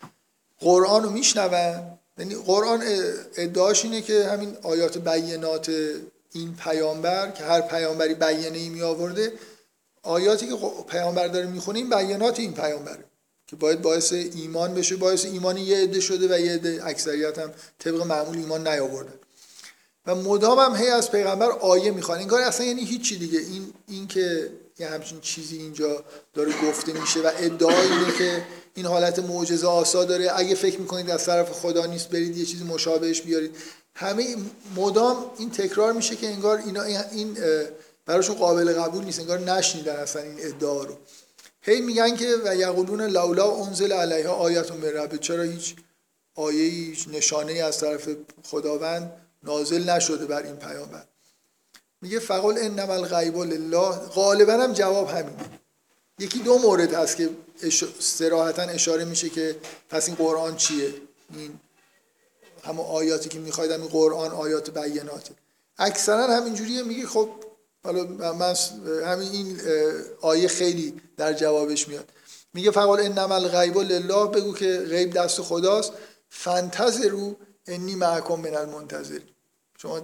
قرآن رو میشنون، یعنی قرآن ادعاش اینه که همین آیات بینات این پیامبر که هر پیامبری بیانیه‌ای می آورده، آیاتی که پیامبر داره میخونه این بیانات این پیامبره که باید باعث ایمان بشه. باعث ایمان یه عده شده و یه عده، اکثریت هم طبق معمول ایمان نیاوردن و مدام هم هی از پیغمبر آیه میخوان. این کار اصلا یعنی هیچی دیگه. این که یه همچین چیزی اینجا داره گفته میشه و ادعای اینه که این حالت معجزه آسا داره، اگه فکر میکنید از طرف خدا نیست برید یه چیز مشابهش بیارید. همه مدام این تکرار میشه که انگار این براشون قابل قبول نیست، انگار نشنیدن اصلا این ادعا رو. هی میگن که و یقولون لولا انزل علیها آیه من رب. چرا هیچ آیه، هیچ نشانه از طرف خداوند نازل نشده بر این پیامبر؟ میگه فقل انما الغیب لله. غالبا هم جواب همینه. یکی دو مورد هست که صراحتا اشاره میشه که پس این قرآن چیه، این همون آیاتی که میخواید این قرآن آیات بیناته. اکثرا همینجوریه. میگه خب حالا من همین این آیه خیلی در جوابش میاد. میگه فقال انما الغیب لله، بگو که غیب دست خداست. فانتظروا انی معکم من المنتظرین. شما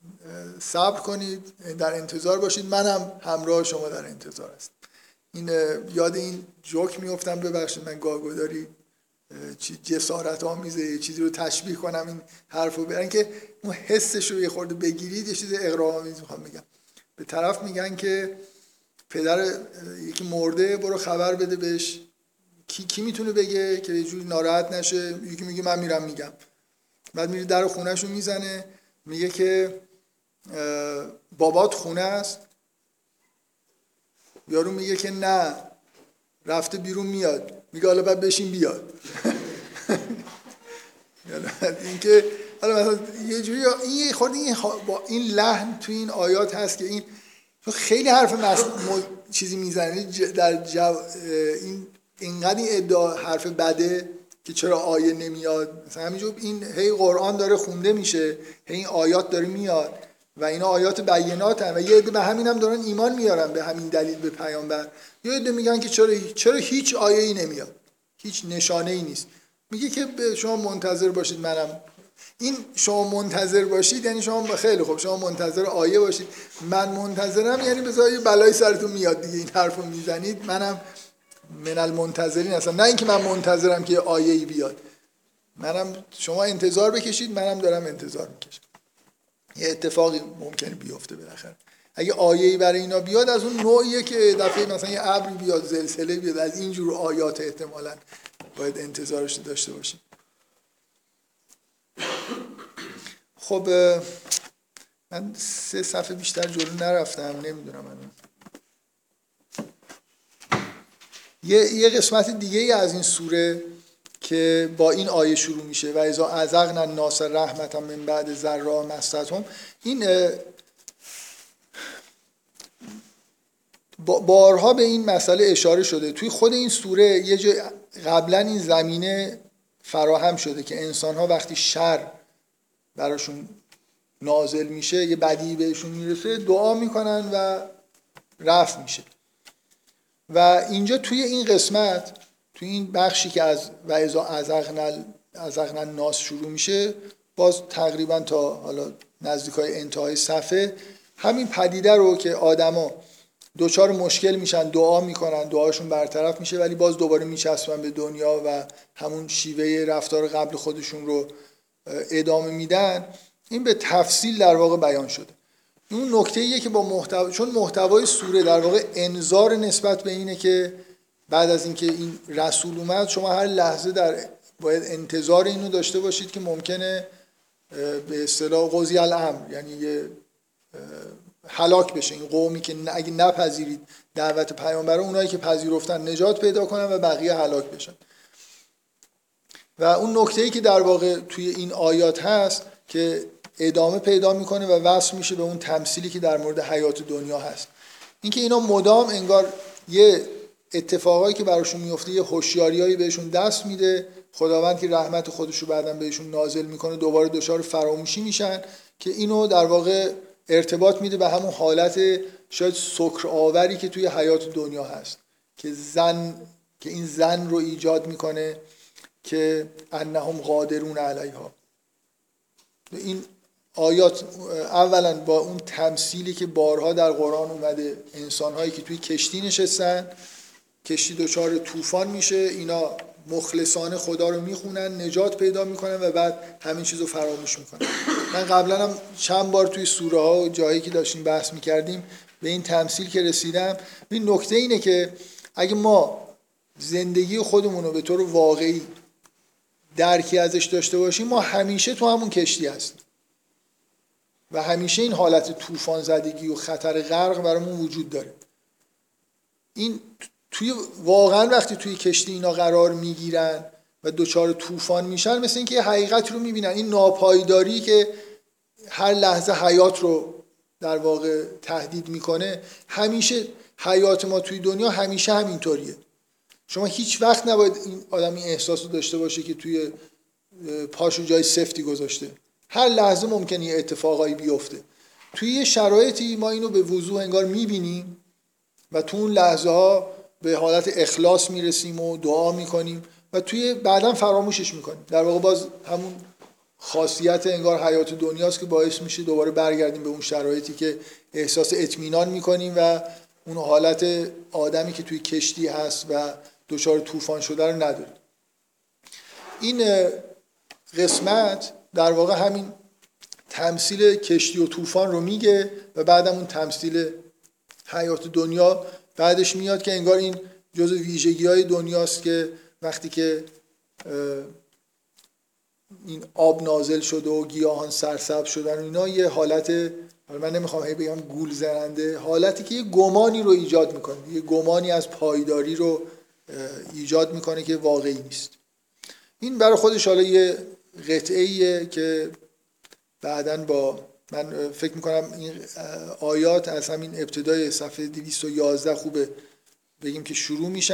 صبر کنید، در انتظار باشید، منم همراه شما در انتظار هستم. این یاد این جوک میافتم، ببخشید من گاه‌گداری جسارت آمیزه یه چیزی رو تشبیه کنم این حرفو، برن که اون حسش رو یه خورده بگیرید. یه چیز اغراق‌آمیز میخوام بگم. به طرف میگن که پدر یکی مرده، برو خبر بده بهش. کی میتونه بگه که یه جوری ناراحت نشه؟ یکی میگه من میرم میگم. بعد میره در خونه‌شو میزنه، میگه که بابات خونه است. یارو میگه که نه، رفته بیرون میاد. میگه حالا بعد بشین بیاد. این که حالا مثلا یه جوری این خود این با این لحن تو این آیات هست که این خیلی حرف چیزی میزنه در این اینقدر این ادعا حرف بده که چرا آیه نمیاد. مثلا همینجور این هی قرآن داره خونده میشه، هی این آیات داره میاد و اینا آیات بیناتن و یه عده به همین هم دارن ایمان میارن، به همین دلیل به پیامبر. یه عده میگن که چرا هیچ آیه‌ای نمیاد، هیچ نشانه‌ای نیست. میگه که شما منتظر باشید منم. این شما منتظر باشید یعنی شما خیلی خوب شما منتظر آیه باشید، من منتظرم یعنی بذار یه بلای سرتون میاد دیگه، این حرفو میزنید منم من المنتظرین هستم. نه اینکه من منتظرم که آیه‌ای بیاد، منم شما انتظار بکشید منم دارم انتظار میکشم. یه اتفاقی ممکنه بیفته بالاخره. اگه آیه‌ای برای اینا بیاد از اون نوعیه که دفعه مثلا یه ابری بیاد، زلزله بیاد، از این جور آیات احتمالاً باید انتظارش داشته باشیم. خب من 3 صفحه بیشتر جلو نرفتم، نمیدونم من یه قسمت دیگه ای از این سوره که با این آیه شروع میشه و اذا اذقنا الناس رحمتا من بعد ضراء مستهم. این بارها به این مسئله اشاره شده توی خود این سوره. یه جای قبلا این زمینه فراهم شده که انسان‌ها وقتی شر براشون نازل میشه، یه بدی بهشون میرسه، دعا میکنن و رفع میشه. و اینجا توی این قسمت، توی این بخشی که از و اذا اذقنا الناس شروع میشه، باز تقریبا تا حالا نزدیکای انتهای صفحه همین پدیده رو که آدما دوچار مشکل میشن، دعا میکنن، دعاشون برطرف میشه ولی باز دوباره میچسبن به دنیا و همون شیوه رفتار قبل خودشون رو ادامه میدن، این به تفصیل در واقع بیان شده. اون نکته ایه که با چون محتوای سوره در واقع انذار نسبت به اینه که بعد از اینکه این رسول اومد شما هر لحظه باید انتظار اینو داشته باشید که ممکنه به اصطلاح قضی الامر، یعنی یه هلاک بشه این قومی که اگه نپذیرید دعوت پیامبر، اونایی که پذیرفتن نجات پیدا کنن و بقیه هلاک بشن. و اون نکته‌ای که در واقع توی این آیات هست که ادامه پیدا میکنه و وصل میشه به اون تمثیلی که در مورد حیات دنیا هست، اینکه اینا مدام انگار یه اتفاقایی که براشون میفته یه هوشیاریایی بهشون دست میده، خداوند که رحمت خودش رو بعداً بهشون نازل میکنه دوباره دچار فراموشی میشن که اینو در واقع ارتباط میده به همون حالت شاید سکر آوری که توی حیات دنیا هست که این زن رو ایجاد میکنه که انهم قادرون علیها. این آیات اولا با اون تمثیلی که بارها در قرآن اومده، انسان‌هایی که توی کشتی نشستن، کشتی دچار طوفان میشه، اینا مخلصانه خدا رو میخونن، نجات پیدا میکنن و بعد همین چیز رو فراموش میکنن. من قبلا هم چند بار توی سوره ها و جایی که داشتیم بحث میکردیم به این تمثیل که رسیدم. این نکته اینه که اگه ما زندگی خودمون رو به طور واقعی درکی ازش داشته باشیم، ما همیشه تو همون کشتی هستیم و همیشه این حالت طوفان زدگی و خطر غرق برامون وجود داره. این توی واقعا وقتی توی کشتی اینا قرار میگیرن و دچار طوفان میشن، مثل اینکه حقیقت رو میبینن، این ناپایداری که هر لحظه حیات رو در واقع تهدید میکنه. همیشه حیات ما توی دنیا همیشه همینطوریه. شما هیچ وقت نباید این آدم این احساس رو داشته باشه که توی پاشو جای سفتی گذاشته. هر لحظه ممکنه یه اتفاقایی بیفته. توی یه شرایطی ما اینو به وضوح انگار میبینیم و تو اون لحظه ها به حالت اخلاص میرسیم و دعا میکنیم و توی بعداً فراموشش میکنیم. در واقع باز همون خاصیت انگار حیات دنیاست که باعث میشه دوباره برگردیم به اون شرایطی که احساس اطمینان میکنیم و اون حالت آدمی که توی کشتی هست و دچار طوفان شده رو نداریم. این قسمت در واقع همین تمثیل کشتی و طوفان رو میگه و بعدم اون تمثیل حیات دنیا بعدش میاد که انگار این جزء ویژگی‌های دنیاست که وقتی که این آب نازل شده و گیاهان سرسبز شدن و اینا، یه حالت، من نمیخوام هی بگم گول زننده، حالتی که یه گمانی رو ایجاد میکنه، یه گمانی از پایداری رو ایجاد میکنه که واقعی نیست. این برای خودش حالا یه قطعه‌ایه که بعداً با من فکر میکنم این آیات از همین ابتدای صفحه 211 خوبه بگیم که شروع میشن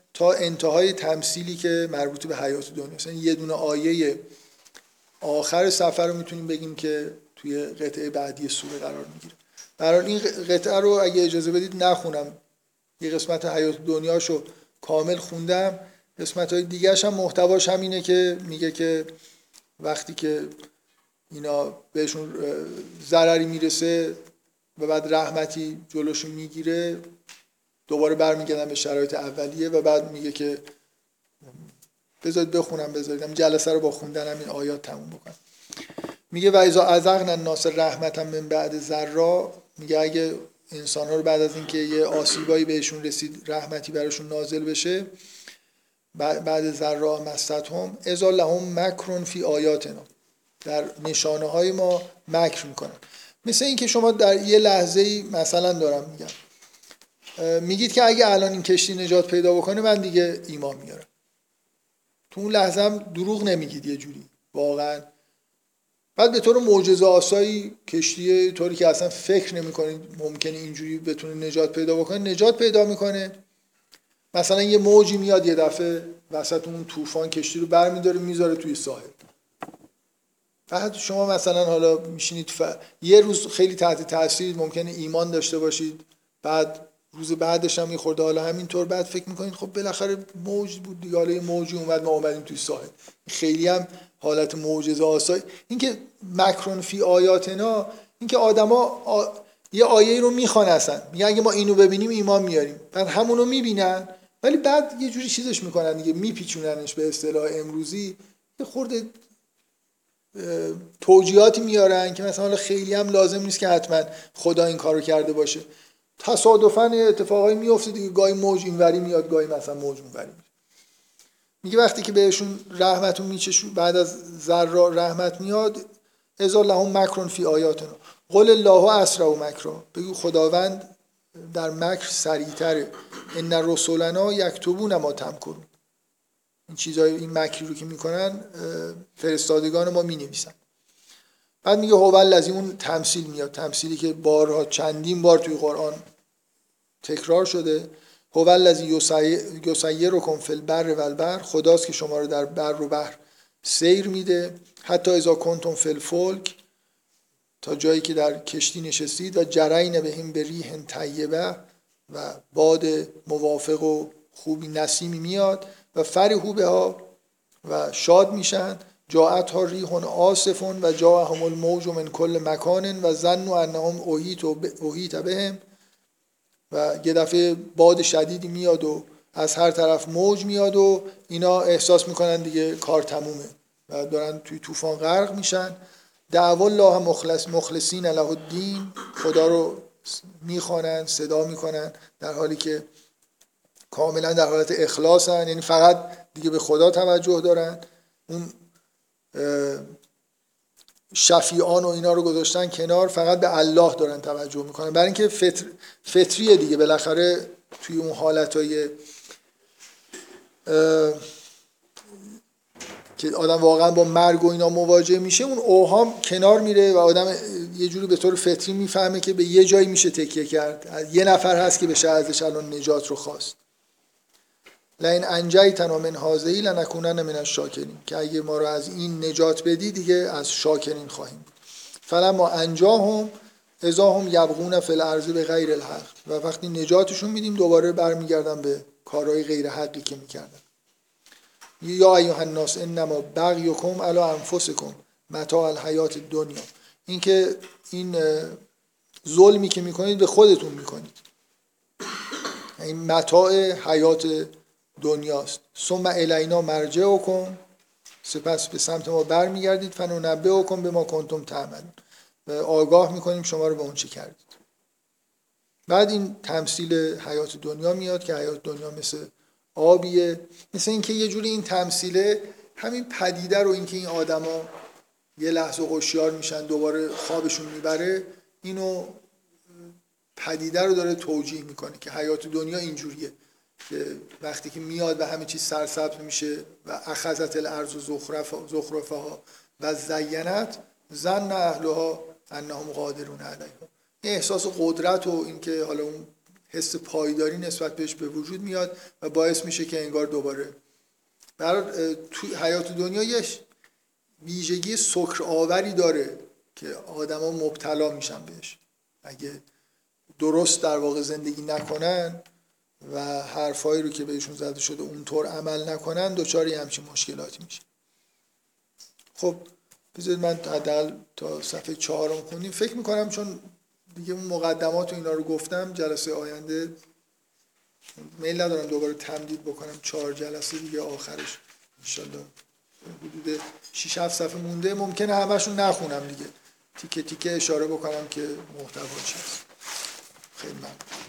تا انتهای تمثیلی که مربوط به حیات دنیا. مثلا یه دونه آیه آخر صفحه رو میتونیم بگیم که توی قطعه بعدی سوره قرار میگیره. برای این قطعه رو اگه اجازه بدید نخونم، یه قسمت حیات دنیاشو کامل خوندم، قسمت‌های دیگه‌ش هم محتواش همینه که میگه که وقتی که اینا بهشون ضرری میرسه و بعد رحمتی جلوشون میگیره دوباره برمیگردن به شرایط اولیه و بعد میگه که بذارید بخونم، بذارید جلسه رو با خوندن همین آیات تموم بکنم. میگه و اذا اذقنا الناس رحمتا من بعد ضرا، میگه اگه انسان‌ها رو بعد از اینکه یه آسیبایی بهشون رسید رحمتی براشون نازل بشه، بعد ضرا مستهم اذا لهم مکر فی آیاتنا، در نشانه های ما مکر میکنن. مثل این که شما در یه لحظه‌ای مثلا دارم میگم میگید که اگه الان این کشتی نجات پیدا بکنه من دیگه ایمان میارم. تو اون لحظه هم دروغ نمیگید یه جوری واقعا. بعد به طور معجزه آسایی کشتی طوری که اصلا فکر نمی‌کنید ممکنه اینجوری بتونه نجات پیدا بکنه نجات پیدا میکنه. مثلا یه موجی میاد یه دفعه وسط اون طوفان کشتی رو برمی‌داره میذاره توی ساحل. بعد شما مثلا حالا میشینید یه روز خیلی تحت تاثیر ممکنه ایمان داشته باشید، بعد روز بعدش هم میخورده حالا همینطور، بعد فکر میکنید خب بالاخره موج بود دیگه، حالا یه موجی اومد ما اومدیم توی ساحل. خیلی هم حالت معجزه آسایی. اینکه مکرون فی آیاتنا، اینکه آدما یه آیه رو میخوان اصلا میگن اگه ما اینو ببینیم ایمان میاریم، بعد همونو میبینن ولی بعد یه جوری چیزش میکنن دیگه، میپیچوننش به اصطلاح امروزی، یه خورده توجیهاتی میارن که مثلا خیلی هم لازم نیست که حتما خدا این کارو کرده باشه، تصادفاً اتفاقایی میفته دیگه، گاهی موج اینوری میاد گاهی مثلا موج اونوری میاد. میگه وقتی که بهشون رحمتون میچشون بعد از ذرا رحمت میاد اذا لهم مکر فی آیاتنا قل الله اسرع مکرا، بگو خداوند در مکر سریعتره، ان رسولنا یکتبون ما تمکرون، این چیزای این مکری رو که میکنن فرستادگان ما مینویسن. بعد میگه هو الذی، اون تمثیل میاد، تمثیلی که بارها چندین بار توی قرآن تکرار شده، هو الذی یسیرکم فی البر و البحر، خداست که شما رو در بر و بحر سیر میده، حتی اذا کنتم فی الفلک، تا جایی که در کشتی نشستید، و جرین بهم بریح طیبه، و باد موافق و خوبی نسیمی میاد، و فرحوا بها، و شاد میشن، جاءتها ریح عاصف و جاءهم الموج من کل مکان و ظنوا انهم احیط بهم، و یه دفعه باد شدیدی میاد و از هر طرف موج میاد و اینا احساس میکنن دیگه کار تمومه و دارن توی طوفان غرق میشن. دعوا الله مخلصین له الدین، خدا رو میخوانن صدا میکنن در حالی که کاملا در حالت اخلاصن، یعنی فقط دیگه به خدا توجه دارن. اون شفیعان و اینا رو گذاشتن کنار، فقط به الله دارن توجه میکنن، برای اینکه فطریه دیگه، بالاخره توی اون حالتهای که آدم واقعا با مرگ و اینا مواجه میشه اون اوهام کنار میره و آدم یه جوری به طور فطری میفهمه که به یه جایی میشه تکیه کرد، یه نفر هست که بشه ازش الان نجات رو خواست. لئن انجیتنا من هذه لنکونن من الشاکرین، که اگه ما رو از این نجات بدی دیگه از شاکرین خواهیم بود. فلما انجاهم اذا هم یبغون فی الارض بغیر الحق، و وقتی نجاتشون میدیم دوباره برمیگردن به کارهای غیر حقی که میکردن. یا ایها الناس انما بغیکم علی انفسکم متاع الحیات الدنیا، این که این ظلمی که میکنید به خودتون میکنید، این متاع حیات دنیاست. ثم الینا مرجعکم، سپس به سمت ما برمیگردید، فننبئکم بما کنتم تعملون، آگاه میکنیم شما رو به اون چی کردید. بعد این تمثیل حیات دنیا میاد که حیات دنیا مثل آبیه، مثل اینکه یه جوری این تمثیله همین پدیده رو، اینکه این آدما یه لحظه هوشیار میشن دوباره خوابشون میبره، اینو پدیده رو داره توجیه میکنه که حیات دنیا اینجوریه که وقتی که میاد و همه چیز سرسبز میشه و اخذت الارض زخرفها و زینت ظن اهلها انهم قادرون علیها، این احساس قدرت و اینکه حالا اون حس پایداری نسبت بهش به وجود میاد و باعث میشه که انگار دوباره تو حیات دنیا یه ویژگی سکر آوری داره که آدما مبتلا میشن بهش اگه درست در واقع زندگی نکنن و حرفایی رو که بهشون زده شده اونطور عمل نکنن دچار همچین مشکلاتی میشه. خب بذارید من حداقل تا صفحه 4 خوندیم فکر میکنم، چون دیگه اون مقدمات و اینا رو گفتم. جلسه آینده میل ندارم دوباره تمدید بکنم، 4 جلسه دیگه آخرش انشالله حدود 6-7 صفحه مونده، ممکنه همشون نخونم دیگه، تیکه تیکه اشاره بکنم که محتوا چیست. خیلی ممنون.